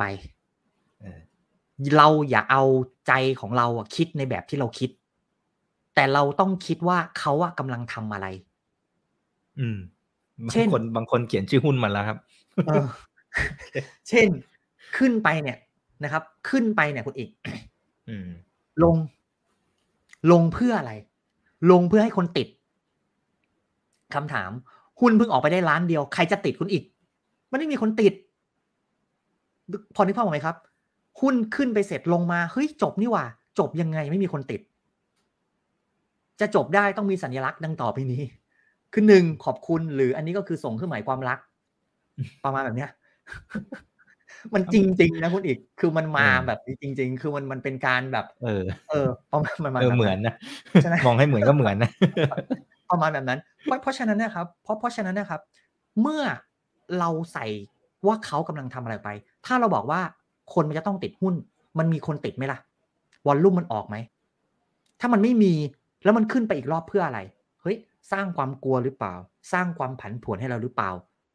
S2: เราอย่าเอาใจของเราอ่ะคิดในแบบที่เราคิดแต่เราต้องคิดว่าเขาอ่ะกำลังทำอะไร
S1: อืมบางคนบางคนเขียนชื่อหุ้นมาแล้วครับ
S2: เออเช่นขึ้นไปเนี่ยนะครับขึ้นไปเนี่ยคุณอีกลงลงเพื่ออะไรลงเพื่อให้คนติดคำถามหุ้นเพิ่งออกไปได้ล้านเดียวใครจะติดคุณอีกมันไม่มีคนติดพอนึกภาพออกไหมครับหุ้นขึ้นไปเสร็จลงมาเฮ้ยจบนี่หว่าจบยังไงไม่มีคนติดจะจบได้ต้องมีสัญลักษณ์ดังต่อไปนี้คือหนึ่งขอบคุณหรืออันนี้ก็คือส่งเครื่องหมายความรักประมาณแบบเนี้ยมันจริงๆนะคุณอีกคือมันมาแบบจริงๆคือมันมันเป็นการแบบ
S1: เออ
S2: เออประมาณมัน
S1: เหมือนนะมองให้เหมือนก็เหมือนนะ
S2: ประมาณแบบนั้นเพราะเพราะฉะนั้นนะครับเพราะเพราะฉะนั้นนะครับเมื่อเราใส่ว่าเขากำลังทำอะไรไปถ้าเราบอกว่าคนมันจะต้องติดหุ้นมันมีคนติดไหมล่ะวอลลุ่มมันออกไหมถ้ามันไม่มีแล้วมันขึ้นไปอีกรอบเพื่ออะไรเฮ้ยสร้างความกลัวหรือเปล่าสร้างความผันผวนให้เราหรือเปล่า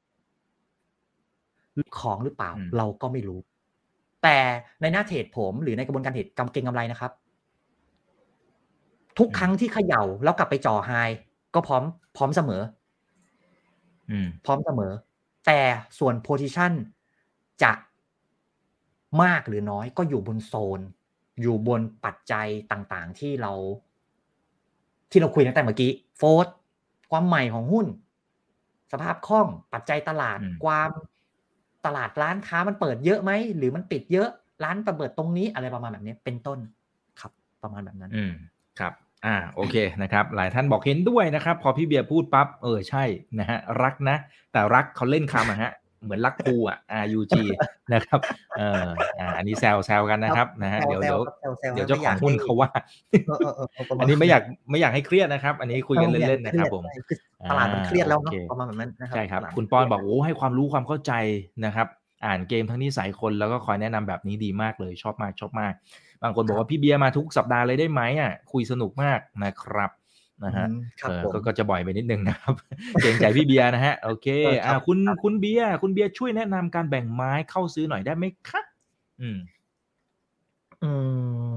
S2: ของหรือเปล่าเราก็ไม่รู้แต่ในหน้าเทรดผมหรือในกระบวนการเทรดกำเก็งกำไรนะครับทุกครั้งที่เขย่าแล้วกลับไปจ่อไฮก็พร้อมพร้อมเสมอพร้อมเสมอแต่ส่วนโพซิชันจะมากหรือน้อยก็อยู่บนโซนอยู่บนปัจจัยต่างๆที่เราที่เราคุยตั้งแต่เมื่อกี้โฟร์ธความใหม่ของหุ้นสภาพคล่องปัจจัยตลาดความตลาดร้านค้ามันเปิดเยอะไหมหรือมันปิดเยอะร้านเปิดตรงนี้อะไรประมาณแบบนี้เป็นต้นครับประมาณแบบนั้น
S1: อืมครับอ่าโอเคนะครับหลายท่านบอกเห็นด้วยนะครับพอพี่เบียร์พูดปั๊บเออใช่นะฮะรักนะแต่รักเขาเล่นคำอะฮะเหมือนรักครูอ่ะ อาร์ ยู จี นะครับเอออ่าอันนี้แซวแซวกันนะครับนะฮะเดี๋ยวเดี๋ยวเดี๋ยวเจ้าของหุ้นเขาว่าอันนี้ไม่อยากไม่อยากให้เครียดนะครับอันนี้คุยกันเล่นๆนะครับผม
S2: ตลาดมันเครียดแล้วเนาะประมาณแบบนั้นนะครับ
S1: ใช่ครับคุณปอนบอกโอ้ให้ความรู้ความเข้าใจนะครับอ่านเกมทั้งนิสัยคนแล้วก็คอยแนะนำแบบนี้ดีมากเลยชอบมากชอบมากบางคนบอกว่าพี่เบียร์มาทุกสัปดาห์เลยได้ไหมอ่ะคุยสนุกมากนะครับนะฮะเออก็จะบ่อยไปนิดนึงนะครับเกรงใจพี่เบียร์นะฮะโอเคอ่าคุณคุณเบียร์คุณเบียร์ช่วยแนะนำการแบ่งไม้เข้าซื้อหน่อยได้ไหมคะอืม
S2: อืม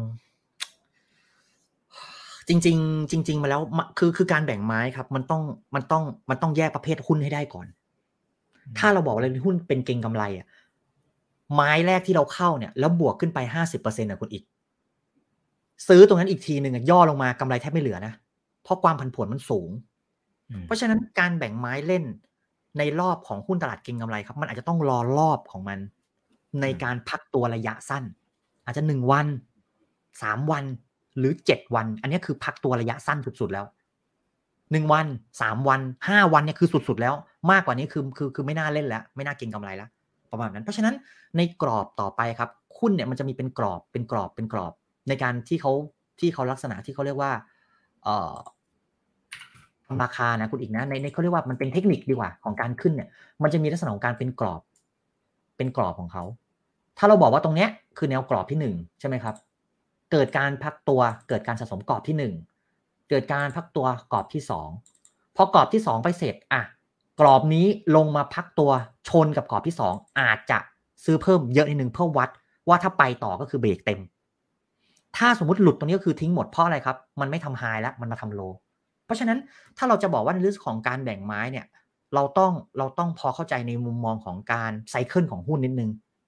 S2: จริงๆจริงๆมาแล้วคือคือการแบ่งไม้ครับมันต้องมันต้องมันต้องแยกประเภทหุ้นให้ได้ก่อนถ้าเราบอกว่าหุ้นเป็นเก็งกำไรอ่ะไม้แรกที่เราเข้าเนี่ยแล้วบวกขึ้นไป ห้าสิบเปอร์เซ็นต์ อ่ะคุณอีกซื้อตรงนั้นอีกทีนึงย่อลงมากำไรแทบไม่เหลือนะเพราะความผันผวนมันสูงเพราะฉะนั้นการแบ่งไม้เล่นในรอบของหุ้นตลาดเก็งกำไรครับมันอาจจะต้องรอรอบของมันในการพักตัวระยะสั้นอาจจะหนึ่งวันสามวันหรือเจ็ดวันอันนี้คือพักตัวระยะสั้นสุดๆแล้วหนึ่งวันสามวันห้าวันเนี่ยคือสุดๆแล้วมากกว่านี้คือคือคือไม่น่าเล่นแล้วไม่น่าเก็งกำไรแล้วประมาณนั้นเพราะฉะนั้นในกรอบต่อไปครับหุ้นเนี่ยมันจะมีเป็นกรอบเป็นกรอบเป็นกรอบในการที่เขาที่เขาลักษณะที่เขาเรียกว่าเอ่อราคานะคุณอีกนะในในเขาเรียกว่ามันเป็นเทคนิคดีกว่าของการขึ้นเนี่ยมันจะมีลักษณะของการเป็นกรอบเป็นกรอบของเขาถ้าเราบอกว่าตรงเนี้ยคือแนวกรอบที่หนึ่งใช่ไหมครับเกิดการพักตัวเกิดการสะสมกรอบที่หนึ่งเกิดการพักตัวกรอบที่สองพอกรอบที่สองไปเสร็จอ่ะกรอบนี้ลงมาพักตัวชนกับกรอบที่สองอาจจะซื้อเพิ่มเยอะนิดนึงเพื่อวัดว่าถ้าไปต่อก็คือเบรกเต็มถ้าสมมติหลุดตรงนี้ก็คือทิ้งหมดเพราะอะไรครับมันไม่ทำไฮแล้วมันมาทำโลเพราะฉะนั้นถ้าเราจะบอกว่าในเรื่องของการแบ่งไม้เนี่ยเราต้องเราต้องพอเข้าใจในมุมมองของการไซเคิลของหุ้นนิดนึง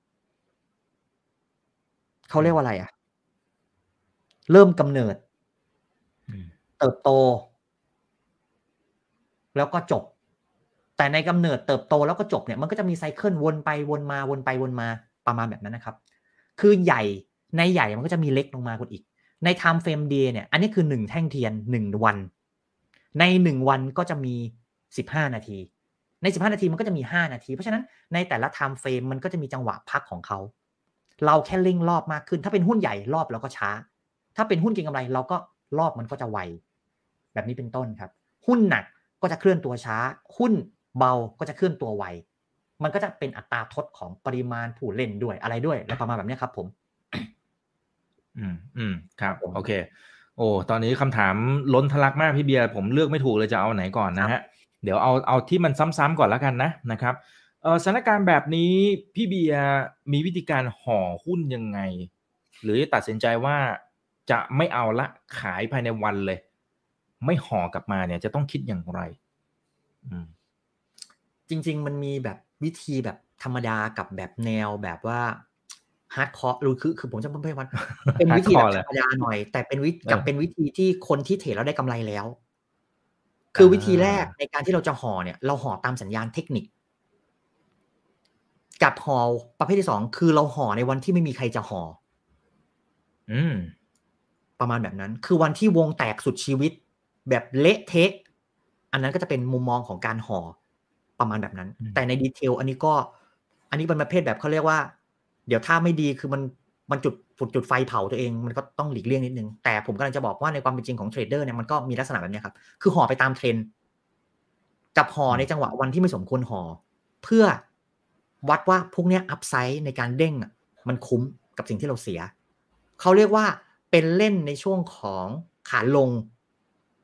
S2: เขาเรียกว่าอะไรอ่ะเริ่มกำเนิดเติบโตแล้วก็จบแต่ในกำเนิดเติบโตแล้วก็จบเนี่ยมันก็จะมีไซเคิลวนไปวนมาวนไปวนมาประมาณแบบนั้นนะครับคือใหญ่ในใหญ่มันก็จะมีเล็กลงมาคนอีกใน time frame day เนี่ยอันนี้คือหนึ่งแท่งเทียนหนึ่งวันในหนึ่งวันก็จะมีสิบห้านาทีในสิบห้านาทีมันก็จะมีห้านาทีเพราะฉะนั้นในแต่ละ time frame มันก็จะมีจังหวะพักของเขาเราแค่เร่งรอบมากขึ้นถ้าเป็นหุ้นใหญ่รอบเราก็ช้าถ้าเป็นหุ้นเก็งกำไรเราก็รอบมันก็จะไวแบบนี้เป็นต้นครับหุ้นหนักก็จะเคลื่อนตัวช้าหุ้นเบาก็จะเคลื่อนตัวไวมันก็จะเป็นอัตราทดของปริมาณผู้เล่นด้วยอะไรด้วยและประมาณแบบนี้ครับผม
S1: อืมอืมครับโอเคโอ้ตอนนี้คำถามล้นทะลักมากพี่เบียร์ผมเลือกไม่ถูกเลยจะเอาไหนก่อนนะฮะเดี๋ยวเอาเอาที่มันซ้ำๆก่อนแล้วกันนะนะครับเออสถานการณ์แบบนี้พี่เบียร์มีวิธีการห่อหุ้นยังไงหรือตัดสินใจว่าจะไม่เอาละขายภายในวันเลยไม่ห่อกลับมาเนี่ยจะต้องคิดอย่างไรอืม
S2: จริงๆมันมีแบบวิธีแบบธรรมดากับแบบแนวแบบว่าฮาร์ดคอร์หรือคือคือผมจะไม่ว่าเป็นวิธีแบบธรรมดาหน่อยแต่เป็นวิธีกับเป็นวิธีที่คนที่เทรดแล้วได้กำไรแล้วคือวิธีแรกในการที่เราจะห่อเนี่ยเราห่อตามสัญญาณเทคนิคกับห่อประเภทที่สองคือเราห่อในวันที่ไม่มีใครจะห่อ
S1: อืม
S2: ประมาณแบบนั้นคือวันที่วงแตกสุดชีวิตแบบเละเทะอันนั้นก็จะเป็นมุมมองของการห่อประมาณแบบนั้นแต่ในดีเทลอันนี้ก็อันนี้เป็นประเภทแบบเขาเรียกว่าเดี๋ยวถ้าไม่ดีคือมันมันจุดจุดจุดไฟเผาตัวเองมันก็ต้องหลีกเลี่ยงนิดนึงแต่ผมกำลังจะบอกว่าในความเป็นจริงของเทรดเดอร์เนี่ยมันก็มีลักษณะแบบนี้ครับคือห่อไปตามเทรนด์กับห่อในจังหวะวันที่ไม่สมควรห่อเพื่อวัดว่าพวกนี้อัพไซด์ในการเด้งมันคุ้มกับสิ่งที่เราเสียเขาเรียกว่าเป็นเล่นในช่วงของขาลง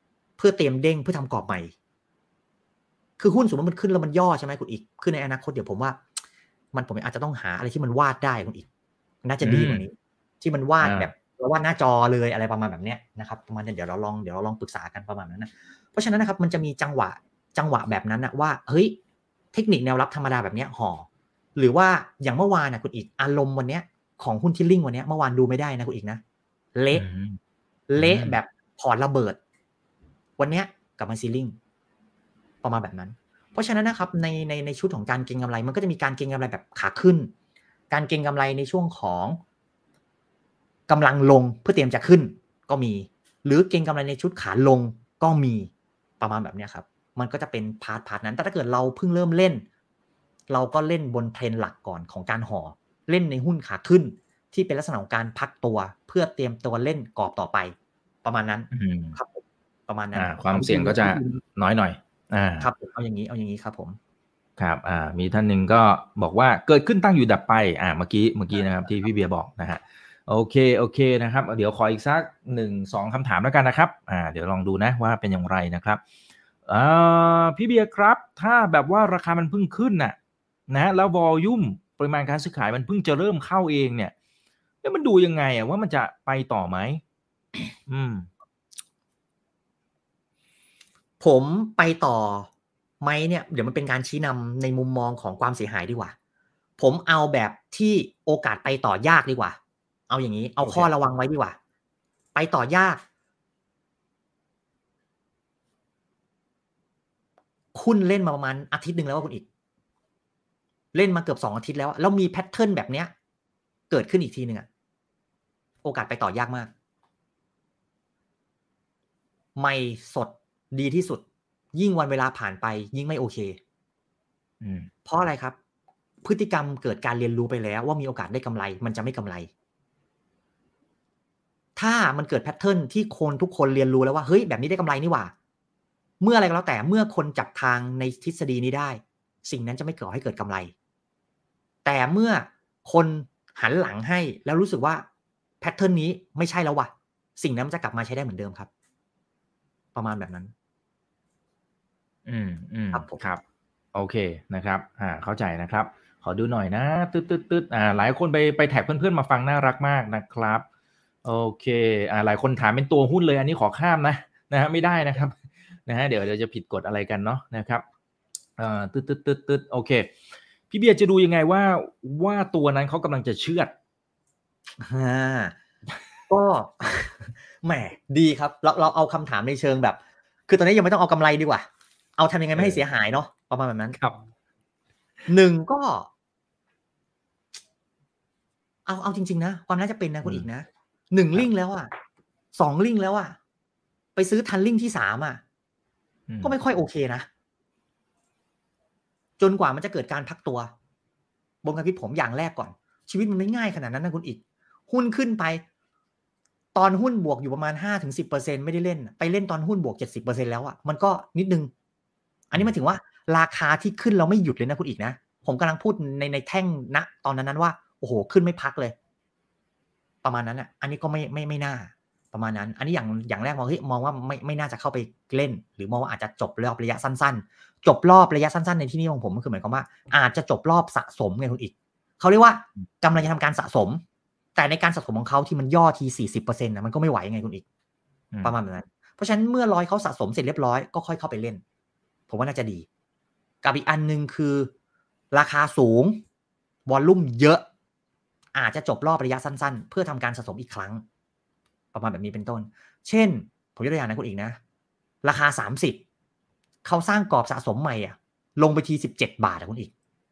S2: พื่อเตรียมเด้งเพื่อทำกรอบใหม่คือหุ้นสมมติมันขึ้นแล้วมันย่อใช่ไหมคุณอีกขึ้นในอนาคตเดี๋ยวผมว่ามันผมอาจจะต้องหาอะไรที่มันวาดได้คุณอีกน่าจะดีกว่านี้ที่มันวาดแบบวาดหน้าจอเลยอะไรประมาณแบบเนี้ยนะครับประมาณนี้เดี๋ยวเราลองเดี๋ยวเราลองปรึกษากันประมาณนั้นนะเพราะฉะนั้นนะครับมันจะมีจังหวะจังหวะแบบนั้นนะว่าเฮ้ยเทคนิคแนวรับธรรมดาแบบเนี้ยห่อหรือว่าอย่างเมื่อวานนะคุณอีกอารมณ์วันเนี้ยของหุ้นที่ลิ่งวันเนี้ยเมื่อวานดูไม่ได้นะคุณอีกนะเละเละแบบพอร์ตระเบิดวันเนี้ยกลับมาซีลิ่งประมาณแบบนั้นเพราะฉะนั้นนะครับในในในชุดของการเก็งกำไรมันก็จะมีการเก็งกำไรแบบขาขึ้นการเก็งกำไรในช่วงของกำลังลงเพื่อเตรียมจะขึ้นก็มีหรือเก็งกำไรในชุดขาลงก็มีประมาณแบบนี้ครับมันก็จะเป็นพาร์ทพาร์ทนั้นแต่ถ้าเกิดเราเพิ่งเริ่มเล่นเราก็เล่นบนเทรนหลักก่อนของการห่อเล่นในหุ้นขาขึ้นที่เป็นลักษณะของการพักตัวเพื่อเตรียมตัวเล่นกรอบต่อไปประมาณนั้นครับผมประมาณนั้น
S1: ความเสี่ยงก็จะน้อยหน่อยอ่า
S2: ครับเอาอย่างนี้เอาอย่างนี้ครับผม
S1: ครับอ่ามีท่านหนึ่งก็บอกว่าเกิดขึ้นตั้งอยู่ดับไปอ่าเมื่อกี้เมื่อกี้นะครับที่พี่เบียร์บอกนะฮะโอเคโอเคนะครับเดี๋ยวขออีกสักหนึ่งสองคำถามแล้วกันนะครับอ่าเดี๋ยวลองดูนะว่าเป็นอย่างไรนะครับอ่าพี่เบียร์ครับถ้าแบบว่าราคามันเพิ่งขึ้นน่ะนะแล้ววอลลุ่มปริมาณการซื้อขายมันเพิ่งจะเริ่มเข้าเองเนี่ยแล้วมันดูยังไงอ่ะว่ามันจะไปต่อไหมอืม
S2: ผมไปต่อไหมเนี่ยเดี๋ยวมันเป็นการชี้นำในมุมมองของความเสียหายดีกว่าผมเอาแบบที่โอกาสไปต่อยากดีกว่าเอาอย่างนี้เอาข้อระวังไว้ดีกว่าไปต่อยากคุณเล่นมาประมาณอาทิตย์หนึ่งแล้วว่าคุณอีกเล่นมาเกือบสองอาทิตย์แล้วแล้วมีแพทเทิร์นแบบเนี้ยเกิดขึ้นอีกทีหนึ่งอะโอกาสไปต่อยากมากไม่สดดีที่สุดยิ่งวันเวลาผ่านไปยิ่งไม่โอเคเพราะอะไรครับพฤติกรรมเกิดการเรียนรู้ไปแล้วว่ามีโอกาสได้กำไรมันจะไม่กำไรถ้ามันเกิดแพทเทิร์นที่คนทุกคนเรียนรู้แล้วว่าเฮ้ยแบบนี้ได้กำไรนี่หว่าเมื่ออะไรก็แล้วแต่เมื่อคนจับทางในทฤษฎีนี้ได้สิ่งนั้นจะไม่ก่อให้เกิดกำไรแต่เมื่อคนหันหลังให้แล้วรู้สึกว่าแพทเทิร์นนี้ไม่ใช่แล้วว่ะสิ่งนั้นมันจะกลับมาใช้ได้เหมือนเดิมครับประมาณแบบนั้น
S1: อืมอืม
S2: ครับผม
S1: ครับโอเคนะครับอ่าเข้าใจนะครับขอดูหน่อยนะตึ๊ดตึ๊ดตึ๊ดอ่าหลายคนไปไปแท็กเพื่อนๆมาฟังน่ารักมากนะครับโอเคอ่าหลายคนถามเป็นตัวหุ้นเลยอันนี้ขอข้ามนะนะฮะไม่ได้นะครับนะฮะเดี๋ยวเดี๋ยวจะผิดกฎอะไรกันเนาะนะครับอ่าตึ๊ดตึ๊ดตึ๊ดตึ๊ดโอเคพี่เบียร์จะดูยังไงว่าว่าตัวนั้นเขากำลังจะเชือด
S2: อ่าก็แหมดีครับเราเราเอาคำถามในเชิงแบบคือตอนนี้ยังไม่ต้องเอากำไรดีกว่าเอาทำยังไงไม่ให้เสียหายเนาะประมาณแบบนั้น
S1: ครับ
S2: หนึ่งก็เอาเอาจริงๆนะความน่าจะเป็นนะคุณอีกนะหนึ่งลิ่งแล้วอ่ะสองลิ่งแล้วอ่ะไปซื้อทันลิ่งที่สามอ่ะก็ไม่ค่อยโอเคนะจนกว่ามันจะเกิดการพักตัวบนความคิดผมอย่างแรกก่อนชีวิตมันไม่ง่ายขนาดนั้นนะคุณอีกหุ้นขึ้นไปตอนหุ้นบวกอยู่ประมาณ ห้าถึงสิบเปอร์เซ็นต์ ไม่ได้เล่นไปเล่นตอนหุ้นบวก เจ็ดสิบเปอร์เซ็นต์ แล้วอ่ะมันก็นิดนึงอันนี้หมายถึงว่าราคาที่ขึ้นเราไม่หยุดเลยนะคุณอีกนะผมกำลังพูดในในแท่งณตอนนั้นนั้นว่าโอ้โหขึ้นไม่พักเลยประมาณนั้นอ่ะอันนี้ก็ไม่ไม่ไม่น่าประมาณนั้นอันนี้อย่างอย่างแรกมองเฮ้ยมองว่าไม่ไม่น่าจะเข้าไปเล่นหรือมองว่าอาจจะจบรอบระยะสั้นๆจบรอบระยะสั้นๆในที่นี้ของผมก็คือหมายความว่าอาจจะจบรอบสะสมไงคุณอีกเขาเรียกว่ากำลังจะทำการสะสมแต่ในการสะสมของเขาที่มันย่อที สี่สิบเปอร์เซ็นต์ นะมันก็ไม่ไหวไงคุณอีกประมาณนั้นเพราะฉะนั้นเมื่อร้อยเขาสะสมเสร็จเรียบร้อยก็ค่อยเข้าไปเล่นผมว่าน่าจะดีกับอีกอันนึงคือราคาสูงวอลลุ่มเยอะอาจจะจบรอบระยะสั้นๆเพื่อทำการสะสมอีกครั้งประมาณแบบนี้เป็นต้นเช่นผมยกตัวอย่างนะคุณอีกนะราคาสามสิบเขาสร้างกรอบสะสมใหม่อ่ะลงไปทีสิบเจ็ดบาทอ่ะคุณอีก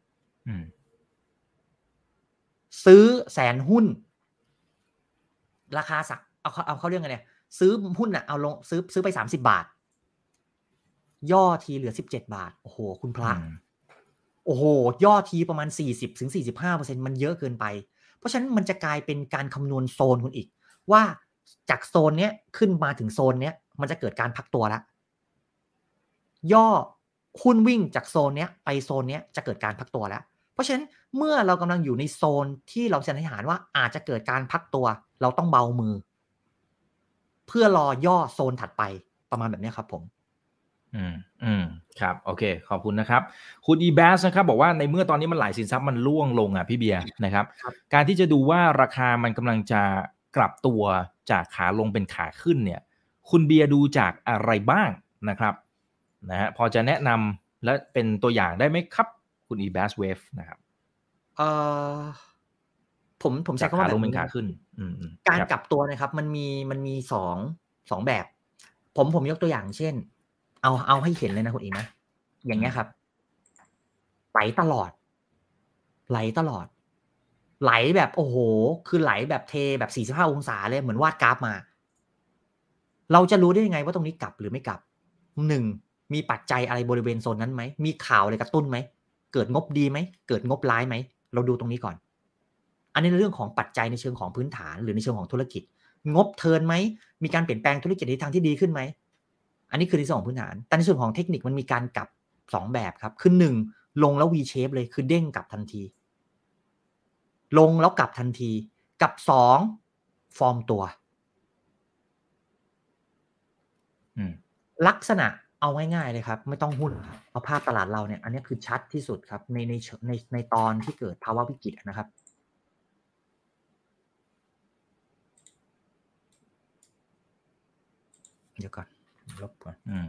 S2: ซื้อแสนหุ้นราคาสักเอาเอาเขาเรื่องไงเนี่ยซื้อหุ้นอ่ะเอาลงซื้อซื้อไปสามสิบบาทย่อทีเหลือสิบเจ็ดบาทโอ้โหคุณพระโอ้โหย่อทีประมาณ สี่สิบถึงสี่สิบห้าเปอร์เซ็นต์ มันเยอะเกินไปเพราะฉะนั้นมันจะกลายเป็นการคำนวณโซนคุณอีกว่าจากโซนเนี้ยขึ้นมาถึงโซนเนี้ยมันจะเกิดการพักตัวแล้วย่อหุ้นวิ่งจากโซนเนี้ยไปโซนเนี้ยจะเกิดการพักตัวแล้วเพราะฉะนั้นเมื่อเรากำลังอยู่ในโซนที่เราสันนิษฐานว่าอาจจะเกิดการพักตัวเราต้องเบามือเพื่อรอย่อโซนถัดไปประมาณแบบนี้ครับผม
S1: อืมอืมครับโอเคขอบคุณนะครับคุณ อี บี เอ เอส นะครับบอกว่าในเมื่อตอนนี้มันหลายสินทรัพย์มันร่วงลงอ่ะพี่เบียร์นะครับ
S2: ครับ
S1: การที่จะดูว่าราคามันกำลังจะกลับตัวจากขาลงเป็นขาขึ้นเนี่ยคุณเบียร์ดูจากอะไรบ้างนะครับนะฮะพอจะแนะนำและเป็นตัวอย่างได้ไหมครับคุณ อี บี เอ เอส Wave นะครับ
S2: เอ่อผมผมใช้
S1: จาก
S2: คำ
S1: ขาลงเป็น
S2: ว่าแบบนี้
S1: ขาขึ้นอืมๆครับ
S2: การกลับตัวนะครับมันมีมันมีสองสองแบบผมผมยกตัวอย่างเช่นเอาเอาให้เห็นเลยนะคุณอีกนะอย่างเงี้ยครับไหลตลอดไหลตลอดไหลแบบโอ้โหคือไหลแบบเทแบบสี่สิบห้าองศาเลยเหมือนวาดกราฟมาเราจะรู้ได้ยังไงว่าตรงนี้กลับหรือไม่กลับหนึ่งมีปัจจัยอะไรบริเวณโซนนั้นไหมมีข่าวอะไรกระตุ้นไหมเกิดงบดีไหมเกิดงบร้ายไหมเราดูตรงนี้ก่อน อันนี้ในเรื่องของปัจจัยในเชิงของพื้นฐานหรือในเชิงของธุรกิจงบเทิร์นไหมมีการเปลี่ยนแปลงธุรกิจในทางที่ดีขึ้นไหมอันนี้คือในส่วนของพื้นฐานแต่ในส่วนของเทคนิคมันมีการกลับสองแบบครับคือหนึ่งลงแล้ว V shape เลยคือเด้งกลับทันทีลงแล้วกลับทันทีกับสองฟอร์มตัว
S1: อืม
S2: ลักษณะเอาง่ายๆเลยครับไม่ต้องหุ้นครับเอาภาพตลาดเราเนี่ยอันนี้คือชัดที่สุดครับในในในในตอนที่เกิดภาวะวิกฤตนะครับเดี๋ยวก่อนลบก่อน
S1: อืม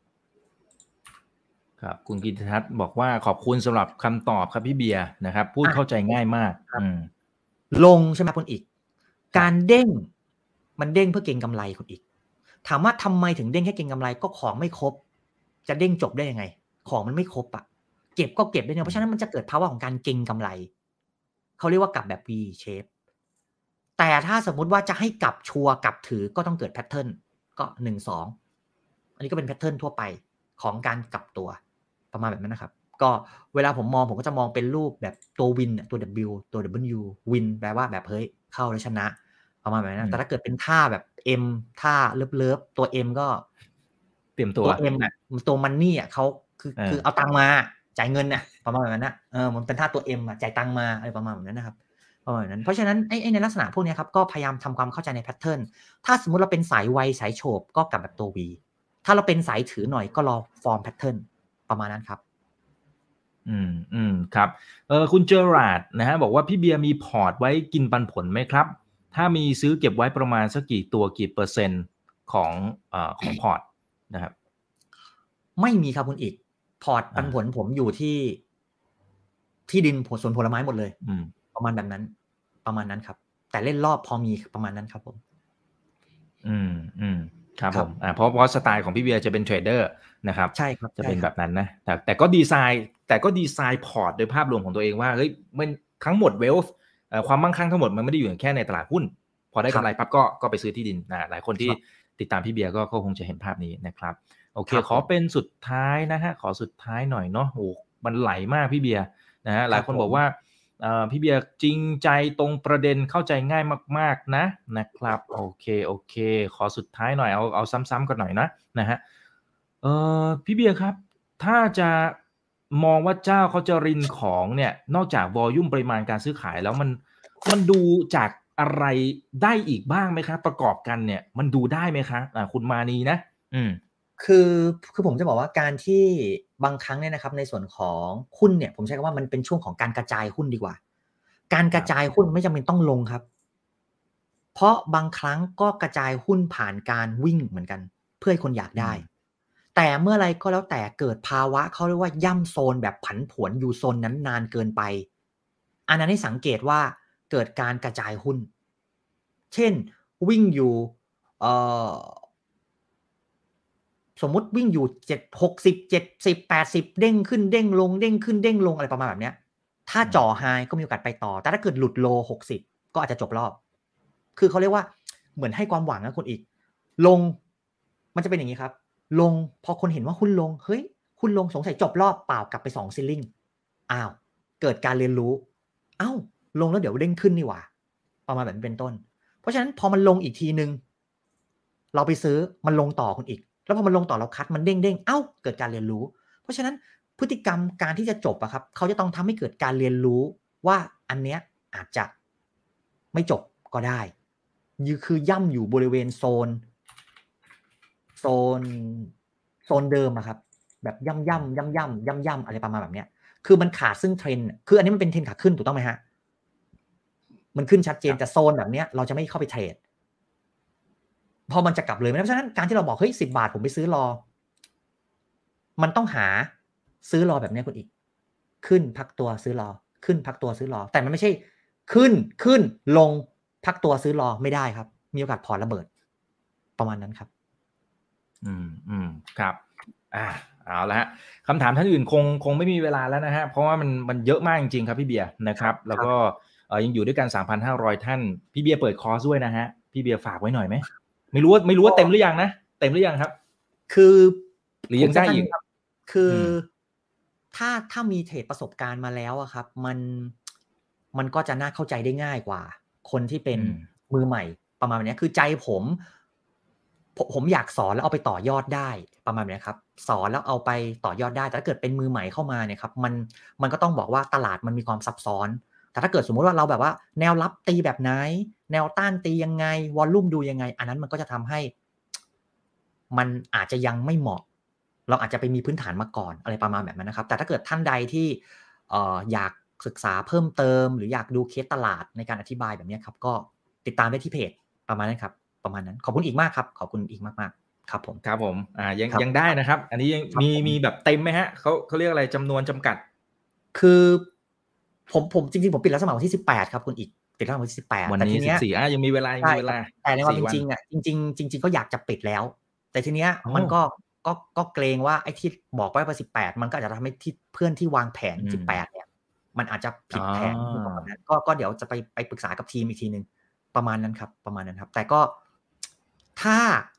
S1: ครับคุณกิตติทัศน์บอกว่าขอบคุณสำหรับคำตอบครับพี่เบียร์นะครับพูด
S2: อ่ะ
S1: เข้าใจง่ายมาก
S2: ครับ
S1: อืม
S2: ลงใช่ไหมคุณอีก
S1: ครับ
S2: การเด้งมันเด้งเพื่อเก็งกำไรคุณอีกถามว่าทำไมถึงเด้งแค่เก็งกำไรก็ของไม่ครบจะเด้งจบได้ยังไงของมันไม่ครบอ่ะเก็บก็เก็บได้เนี่ยเพราะฉะนั้นมันจะเกิดภาวะของการเก็งกำไรเขาเรียกว่ากลับแบบ V shape แต่ถ้าสมมุติว่าจะให้กลับชัวร์กลับถือก็ต้องเกิดแพทเทิร์นก็หนึ่ง สองอันนี้ก็เป็นแพทเทิร์นทั่วไปของการกลับตัวประมาณแบบนั้นนะครับก็เวลาผมมองผมก็จะมองเป็นรูปแบบตัววินตัว W ตัว W วินแปลว่าแบบเฮ้ยเข้าแล้วชนะประมาณแบบนั้นแต่ถ้าเกิดเป็นท่าแบบ M ท่าเลิฟๆตัว M ก็
S1: เตรียมตัว
S2: ตัว M อ่ะตัวมันนี่อ่ะเขาคือ
S1: เออ
S2: คือเอาตังมาจ่ายเงินน่ะประมาณแบบนั้นนะเออมันเป็นท่าตัว M อ่ะจ่ายตังมาอะไรประมาณแบบนั้นนะครับประมาณนั้นเพราะฉะนั้นไอ้ในลักษณะพวกนี้ครับก็พยายามทำความเข้าใจในแพทเทิร์นถ้าสมมุติเราเป็นสายไวสายโฉบก็กลับแบบตัว V ถ้าเราเป็นสายถือหน่อยก็รอฟอร์มแพทเทิร์นประมาณนั้นครับ
S1: อืมอืมครับเออคุณเจอราร์ดนะฮะบอกว่าพี่เบียร์มีพอร์ตไว้กินปันผลไหมครับถ้ามีซื้อเก็บไว้ประมาณสักกี่ตัวกี่เปอร์เซ็นต์ของเอ่อของพอร์ตนะครับ
S2: ไม่มีครับคุณอีกพอร์ตปันผลผมอยู่ที่ที่ดินผลสวนผลไม้หมดเลย
S1: อืม
S2: ประมาณแบบนั้นประมาณนั้นครับแต่เล่นรอบพอมีประมาณนั้นครับผม
S1: อืมอืมครับ
S2: ครับ
S1: ผมอ่าเพราะเพราะสไตล์ของพี่เบียร์จะเป็นเทรดเดอร์นะครับ
S2: ใช่ครับ
S1: จะเป็น
S2: ใช่ครับ
S1: แบบนั้นนะแต่แต่ก็ดีไซน์แต่ก็ดีไซน์พอร์ตโดยภาพรวมของตัวเองว่าเฮ้ยมันทั้งหมดเวล เอ่อความมั่งคั่งทั้งหมดมันไม่ได้อยู่แค่ในตลาดหุ้นพอได้
S2: ครับ
S1: กำไรปั๊บก็ก็ไปซื้อที่ดินนะหลายคน
S2: ค
S1: ที่
S2: รับ
S1: ติดตามพี่เบียร์ก็ก็คงจะเห็นภาพนี้นะครับโอเค
S2: ครับผม
S1: ขอเป็นสุดท้ายนะฮะขอสุดท้ายหน่อยเนาะโอ้มันไหลมากพี่เบียร์นะฮะหลาย
S2: ครับผม
S1: คนบอกว่าเอ่อพี่เบียร์จริงใจตรงประเด็นเข้าใจง่ายมากๆนะนะครับโอเคโอเคขอสุดท้ายหน่อยเอาเอาซ้ำๆกันหน่อยนะนะฮะเอ่อพี่เบียร์ครับถ้าจะมองว่าเจ้าเขาจะรินของเนี่ยนอกจากวอลลุ่มปริมาณการซื้อขายแล้วมัน มันดูจากอะไรได้อีกบ้างไหมครับประกอบกันเนี่ยมันดูได้ไหมครับอ่าคุณมานีนะอืม
S2: คือคือผมจะบอกว่าการที่บางครั้งเนี่ยนะครับในส่วนของหุ้นเนี่ยผมใช้คำว่ามันเป็นช่วงของการกระจายหุ้นดีกว่าการกระจายหุ้นไม่จำเป็นต้องลงครับเพราะบางครั้งก็กระจายหุ้นผ่านการวิ่งเหมือนกันเพื่อให้คนอยากได้
S1: อืม
S2: แต่เมื่อไรก็แล้วแต่เกิดภาวะเขาเรียกว่าย่ำโซนแบบผันผวนอยู่โซนนั้นนานเกินไปอันนั้นให้สังเกตว่าเกิดการกระจายหุ้นเช่นวิ่งอยู่เอ่อสมมุติวิ่งอยู่เจ็ด หกสิบ เจ็ดสิบ แปดสิบเด้งขึ้นเด้งลงเด้งขึ้นเด้งลงอะไรประมาณแบบเนี้ยถ้าจ่อไฮก็มีโอกาสไปต่อแต่ถ้าเกิดหลุดโลหกสิบก็อาจจะจบรอบคือเขาเรียกว่าเหมือนให้ความหวังนะคุณอีกลงมันจะเป็นอย่างงี้ครับ ลงพอคนเห็นว่าหุ้นลงเฮ้ยหุ้นลงสงสัยจบรอบเปล่ากลับไปสองซีลิ่งอ้าวเกิดการเรียนรู้อ้าวลงแล้วเดี๋ยวเด้งขึ้นนี่หว่าประมาณแบบนี้เป็นต้นเพราะฉะนั้นพอมันลงอีกทีนึงเราไปซื้อมันลงต่อคุณอีกแล้วพอมันลงต่อเราคัดมันเด้งเด้งเอ้าเกิดการเรียนรู้เพราะฉะนั้นพฤติกรรมการที่จะจบอะครับเขาจะต้องทำให้เกิดการเรียนรู้ว่าอันเนี้ยอาจจะไม่จบก็ได้ยือคือย่ำอยู่บริเวณโซนโซโซนโซนเดิมอะครับแบบย่ำย่ำย่ำย่ำย่ำย่ำอะไรประมาณแบบเนี้ยคือมันขาดซึ่งเทรนด์คืออันนี้มันเป็นเทรนด์ขาขึ้นถูกต้องไหมฮะมันขึ้นชัดเจนแต่โซนแบบเนี้ยเราจะไม่เข้าไปเทรดพอมันจะกลับเลยเพราะฉะนั้นการที่เราบอกเฮ้ยสิบบาทผมไปซื้อรอมันต้องหาซื้อรอแบบนี้คุณอีกขึ้นพักตัวซื้อรอขึ้นพักตัวซื้อรอแต่มันไม่ใช่ขึ้นขึ้นลงพักตัวซื้อรอไม่ได้ครับมีโอกาสพอร์ตระเบิดประมาณนั้นครับ
S1: อืมอืมครับอ่าเอาละฮะคำถามท่านอื่นคงคงไม่มีเวลาแล้วนะฮะเพราะว่ามันมันเยอะมากจริงๆครับพี่เบียร์นะครับแล้วก็เอ่อยังอยู่ด้วยกัน สามพันห้าร้อย ท่านพี่เบียร์เปิดคอร์สด้วยนะฮะพี่เบียร์ฝากไว้หน่อยไหมไม่รู้ว่าไม่รู้ว่าเต็มหรือยังนะเต็มหรือยังครับ
S2: คือ
S1: หรือยังได้อีก
S2: คือถ้าถ้ามีเทรดประสบการณ์มาแล้วอะครับมันมันก็จะน่าเข้าใจได้ง่ายกว่าคนที่เป็นมือใหม่ประมาณนี้คือใจผมผมอยากสอนแล้วเอาไปต่อยอดได้ประมาณนี้ครับสอนแล้วเอาไปต่อยอดได้แต่ถ้าเกิดเป็นมือใหม่เข้ามาเนี่ยครับมันมันก็ต้องบอกว่าตลาดมันมีความซับซ้อนแต่ถ้าเกิดสมมติว่าเราแบบว่าแนวรับตีแบบไหนแนวต้านตียังไงวอลลุ่มดูยังไงอันนั้นมันก็จะทำให้มันอาจจะยังไม่เหมาะเราอาจจะไปมีพื้นฐานมาก่อนอะไรประมาณแบบนั้นนะครับแต่ถ้าเกิดท่านใดที่เอ่ออยากศึกษาเพิ่มเติมหรืออยากดูเคสตลาดในการอธิบายแบบนี้ครับก็ติดตามได้ที่เพจประมาณนั้นครับประมาณนั้นขอบคุณอีกมากครับขอบคุณอีกมากๆครับผม
S1: ครับผมอ่ายังยังได้นะครับอันนี้ยังมีมีแบบเต็มไหมฮะเขาเขาเรียกอะไรจำนวนจำกัด
S2: คือผมผมจริงๆผมปิดรับสมัครวันที่สิบแปดครับคุณอีกปิดรับสมัครวันที่สิบแปด
S1: วัน
S2: แต่ที
S1: นี้สิบสี่อ่ะยังมีเวลายังมีเวลา
S2: แต่ในความเป็นจริงอ่ะจริงๆจริงๆก็อยากจะปิดแล้วแต่ทีเนี้ยมันก็ก็ก็เกรงว่าไอ้ที่บอกไว้ว่าสิบแปดมันก็อาจจะทำให้ที่เพื่อนที่วางแผนสิบแปดเนี่ยมันอาจจะผิดแผนก็ก็เดี๋ยวจะไปไปปรึกษากับทีมอีกทีนึงประมาณนั้นครับประมาณนั้นครับแต่ก็ถ้า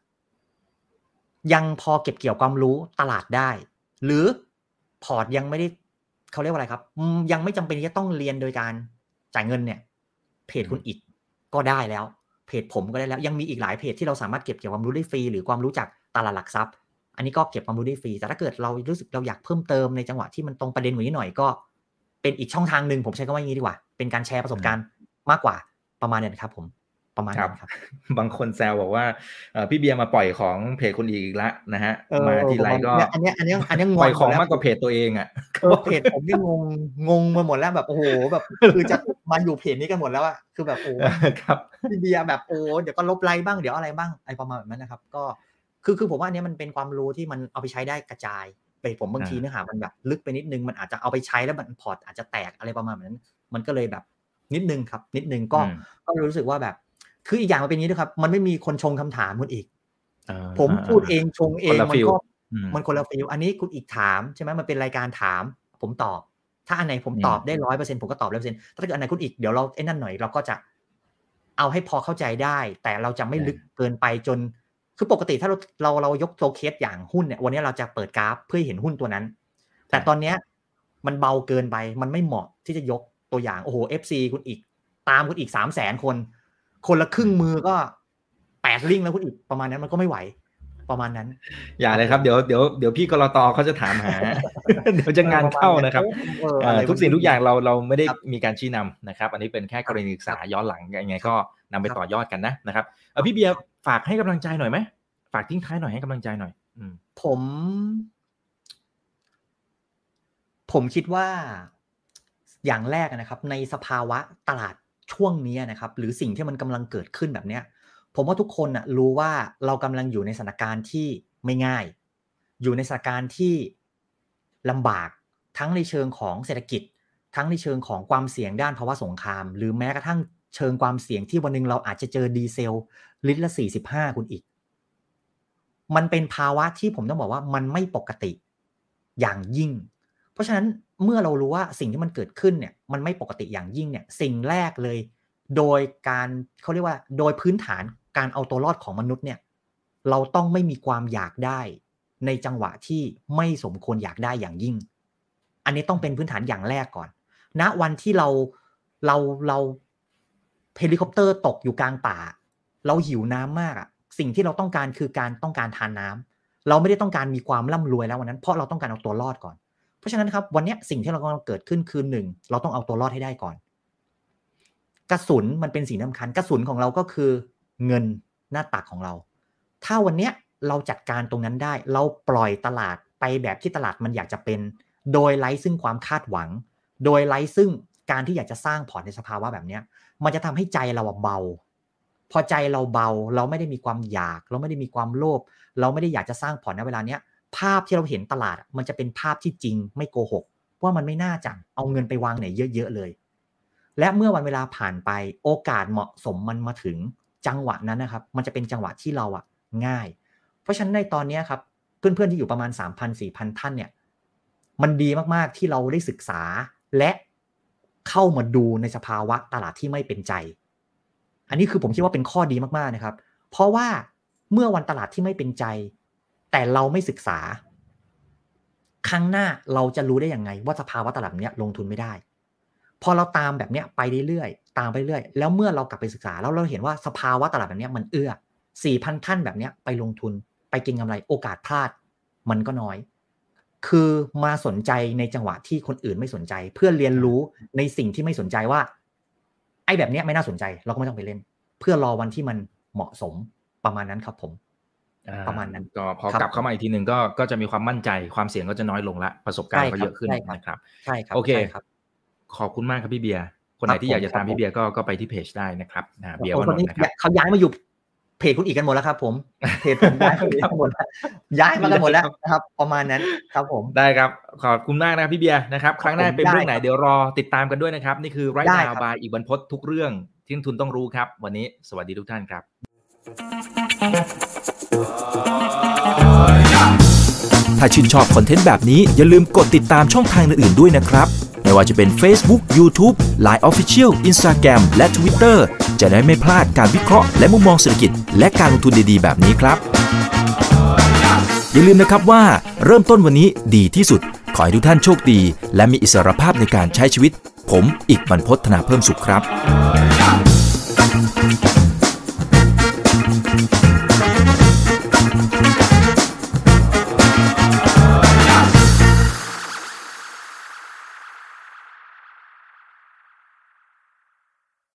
S2: ยังพอเก็บเกี่ยวความรู้ตลาดได้หรือพอร์ตยังไม่ได้เขาเรียกว่าอะไรครับยังไม่จำเป็นที่จะต้องเรียนโดยการจ่ายเงินเนี่ยเพจคุณอีกก็ได้แล้วเพจผมก็ได้แล้วยังมีอีกหลายเพจที่เราสามารถเก็บเกี่ยวความรู้ได้ฟรีหรือความรู้จากตลาดหลักทรัพย์อันนี้ก็เก็บความรู้ได้ฟรีแต่ถ้าเกิดเรารู้สึกเราอยากเพิ่มเติมในจังหวะที่มันตรงประเด็นกว่านี้หน่อยก็เป็นอีกช่องทางหนึ่งผมใช้คำว่าอย่างนี้ดีกว่าเป็นการแชร์ประสบการณ์มากกว่าประมาณนี้ครับผมประมาณนั้นครับ
S1: บางคนแซวบอกว่าพี่เบียร์มาปล่อยของเพจคนอีกแล้วนะฮะมาทีไรก็
S2: อันนี้อันนี้อันนี้งง
S1: ปล่อยของมากกว่าเพจตัวเองอ่ะ
S2: เพจผมนี่งงงงมาหมดแล้วแบบโอ้โหแบบคือจะมาอยู่เพจนี้กันหมดแล้วอะคือแบบโอ้
S1: ครับ
S2: พี่เบียร์แบบโอ้เดี๋ยวก็ลบไลค์บ้างเดี๋ยวอะไรบ้างอะไรประมาณแบบนั้นนะครับก็คือคือผมว่าอันนี้มันเป็นความรู้ที่มันเอาไปใช้ได้กระจายไปผมบางทีเนื้อหามันแบบลึกไปนิดนึงมันอาจจะเอาไปใช้แล้วมันพอร์ตอาจจะแตกอะไรประมาณนั้นมันก็เลยแบบนิดนึงครับนิดนึงก็ก็รู้สึกว่าแบบคืออีกอย่างมันเป็นนี้ด้วยครับมันไม่มีคนชงคำถามคุณอีกผมพูดเองชงเองมันก็มันคนละฟีลอันนี้คุณอีกถามใช่ไหมมันเป็นรายการถามผมตอบถ้าอันไหนผมตอบได้ร้อยเปอร์เซ็นต์ผมก็ตอบร้อยเปอร์เซ็นต์ถ้าเกิดอันไหนคุณอีกเดี๋ยวเราไอ้นั่นหน่อยเราก็จะเอาให้พอเข้าใจได้แต่เราจะไม่ลึกเกินไปจนคือปกติถ้าเราเราเรายกตัวเคสอย่างหุ้นเนี่ยวันนี้เราจะเปิดกราฟเพื่อเห็นหุ้นตัวนั้นแต่ตอนนี้มันเบาเกินไปมันไม่เหมาะที่จะยกตัวอย่างโอ้โห เอฟ ซี คุณอีกตามคุณอีก สามแสน คนคนละครึ่งมือก็แปดลิงก์แล้วคุณอีกประมาณนั้นมันก็ไม่ไหวประมาณนั้น
S1: อย่าเลยครับเดี๋ยวเดี๋ยวเดี๋ยวพี่กลตเขาจะถามหาเดี๋ยวจะงานเข้านะครับทุกสิ่งทุกอย่างเราเราไม่ได้มีการชี้นำนะครับอันนี้เป็นแค่กรณีศึกษาย้อนหลังยังไงก็นำไปต่อยอดกันนะนะครับพี่เบียร์ฝากให้กำลังใจหน่อยไหมฝากทิ้งท้ายหน่อยให้กำลังใจหน่อย
S2: ผมผมคิดว่าอย่างแรกนะครับในสภาวะตลาดช่วงนี้นะครับหรือสิ่งที่มันกำลังเกิดขึ้นแบบเนี้ยผมว่าทุกคนน่ะรู้ว่าเรากำลังอยู่ในสถานการณ์ที่ไม่ง่ายอยู่ในสถานการณ์ที่ลำบากทั้งในเชิงของเศรษฐกิจทั้งในเชิงของความเสี่ยงด้านภาวะสงครามหรือแม้กระทั่งเชิงความเสี่ยงที่วันนึงเราอาจจะเจอดีเซลลิตรละสี่สิบห้าคุณอีกมันเป็นภาวะที่ผมต้องบอกว่ามันไม่ปกติอย่างยิ่งเพราะฉะนั้นเมื่อเรารู้ว่าสิ่งที่มันเกิดขึ้นเนี่ยมันไม่ปกติอย่างยิ่งเนี่ยสิ่งแรกเลยโดยการเขาเรียกว่าโดยพื้นฐานการเอาตัวรอดของมนุษย์เนี่ยเราต้องไม่มีความอยากได้ในจังหวะที่ไม่สมควรอยากได้อย่างยิ่งอันนี้ต้องเป็นพื้นฐานอย่างแรกก่อนณวันที่เราเราเราเฮลิคอปเตอร์ตกอยู่กลางป่าเราหิวน้ำมากอ่ะสิ่งที่เราต้องการคือการต้องการทานน้ำเราไม่ได้ต้องการมีความร่ำรวยแล้ววันนั้นเพราะเราต้องการเอาตัวรอดก่อนเพราะฉะนั้นครับวันนี้สิ่งที่เรากำลังเกิดขึ้นคือหนึ่งเราต้องเอาตัวรอดให้ได้ก่อนกระสุนมันเป็นสิ่งสำคัญกระสุนของเราก็คือเงินหน้าตักของเราถ้าวันนี้เราจัดการตรงนั้นได้เราปล่อยตลาดไปแบบที่ตลาดมันอยากจะเป็นโดยไร้ซึ่งความคาดหวังโดยไร้ซึ่งการที่อยากจะสร้างพอร์ตในสภาวะแบบนี้มันจะทำให้ใจเราเบาพอใจเราเบาเราไม่ได้มีความอยากเราไม่ได้มีความโลภเราไม่ได้อยากจะสร้างพอร์ตในเวลาเนี้ยภาพที่เราเห็นตลาดมันจะเป็นภาพที่จริงไม่โกหกว่ามันไม่น่าจะเอาเงินไปวางไหนเยอะๆเลยและเมื่อวันเวลาผ่านไปโอกาสเหมาะสมมันมาถึงจังหวะนั้นนะครับมันจะเป็นจังหวะที่เราอ่ะง่ายเพราะฉะนั้นในตอนนี้ครับเพื่อนๆที่อยู่ประมาณ สามพัน สี่พัน ท่านเนี่ยมันดีมากๆที่เราได้ศึกษาและเข้ามาดูในสภาวะตลาดที่ไม่เป็นใจอันนี้คือผมคิดว่าเป็นข้อดีมากๆนะครับเพราะว่าเมื่อวันตลาดที่ไม่เป็นใจแต่เราไม่ศึกษาครั้งหน้าเราจะรู้ได้ยังไงว่าสภาวะตลาดเนี้ยลงทุนไม่ได้พอเราตามแบบเนี้ยไปเรื่อยๆตามไปเรื่อยแล้วเมื่อเรากลับไปศึกษาแล้วเราเห็นว่าสภาวะตลาดแบบเนี้ยมันเอื้อ สี่พัน ท่านแบบเนี้ยไปลงทุนไปเก็งกำไรโอกาสพลาดมันก็น้อยคือมาสนใจในจังหวะที่คนอื่นไม่สนใจเพื่อเรียนรู้ในสิ่งที่ไม่สนใจว่าไอ้แบบเนี้ยไม่น่าสนใจเราก็ไม่ต้องไปเล่นเพื่อรอวันที่มันเหมาะสมประมาณนั้นครับผมประมาณนั้น
S1: ก็พอกลับเข้ามาอีกทีนึงก็ก็จะมีความมั่นใจความเสี่ยงก็จะน้อยลงละประสบการณ์ก็เยอะขึ้นนะครับ
S2: ใช่ครับ
S1: โอเคขอบคุณมากครับพี่เบียร์คนไหนที่อยากจะตามพี่เบียร์ก็ก็ไปที่เพจได้นะครับเบียร์วานนท์นะครับ
S2: เขาย้ายมาอยู่เพจคุณอีกกันหมดแล้วครับผมเพจผมย้ายมาหมดแล้วย้ายมากันหมดแล้วนะครับประมาณนั้นครับผม
S1: ได้ครับขอบคุณมากนะพี่เบียร์นะครับครั้งหน้าเป็นเรื่องไหนเดี๋ยวรอติดตามกันด้วยนะครับนี่คือไรท์นาวบายอีกบรรพตทุกเรื่องที่นักทุนต้องรู้ครับวันนี้สวัสดีทุกท่านครับ
S3: ถ้าชื่นชอบคอนเทนต์แบบนี้อย่าลืมกดติดตามช่องทางอื่นๆด้วยนะครับไม่ว่าจะเป็น Facebook, YouTube, ไลน์ Official, Instagram และ Twitter จะได้ไม่พลาดการวิเคราะห์และมุมมองเศรษฐกิจและการลงทุนดีๆแบบนี้ครับอย่าลืมนะครับว่าเริ่มต้นวันนี้ดีที่สุดขอให้ทุกท่านโชคดีและมีอิสรภาพในการใช้ชีวิตผมอีกบรรพต ธนาเพิ่มสุขครับ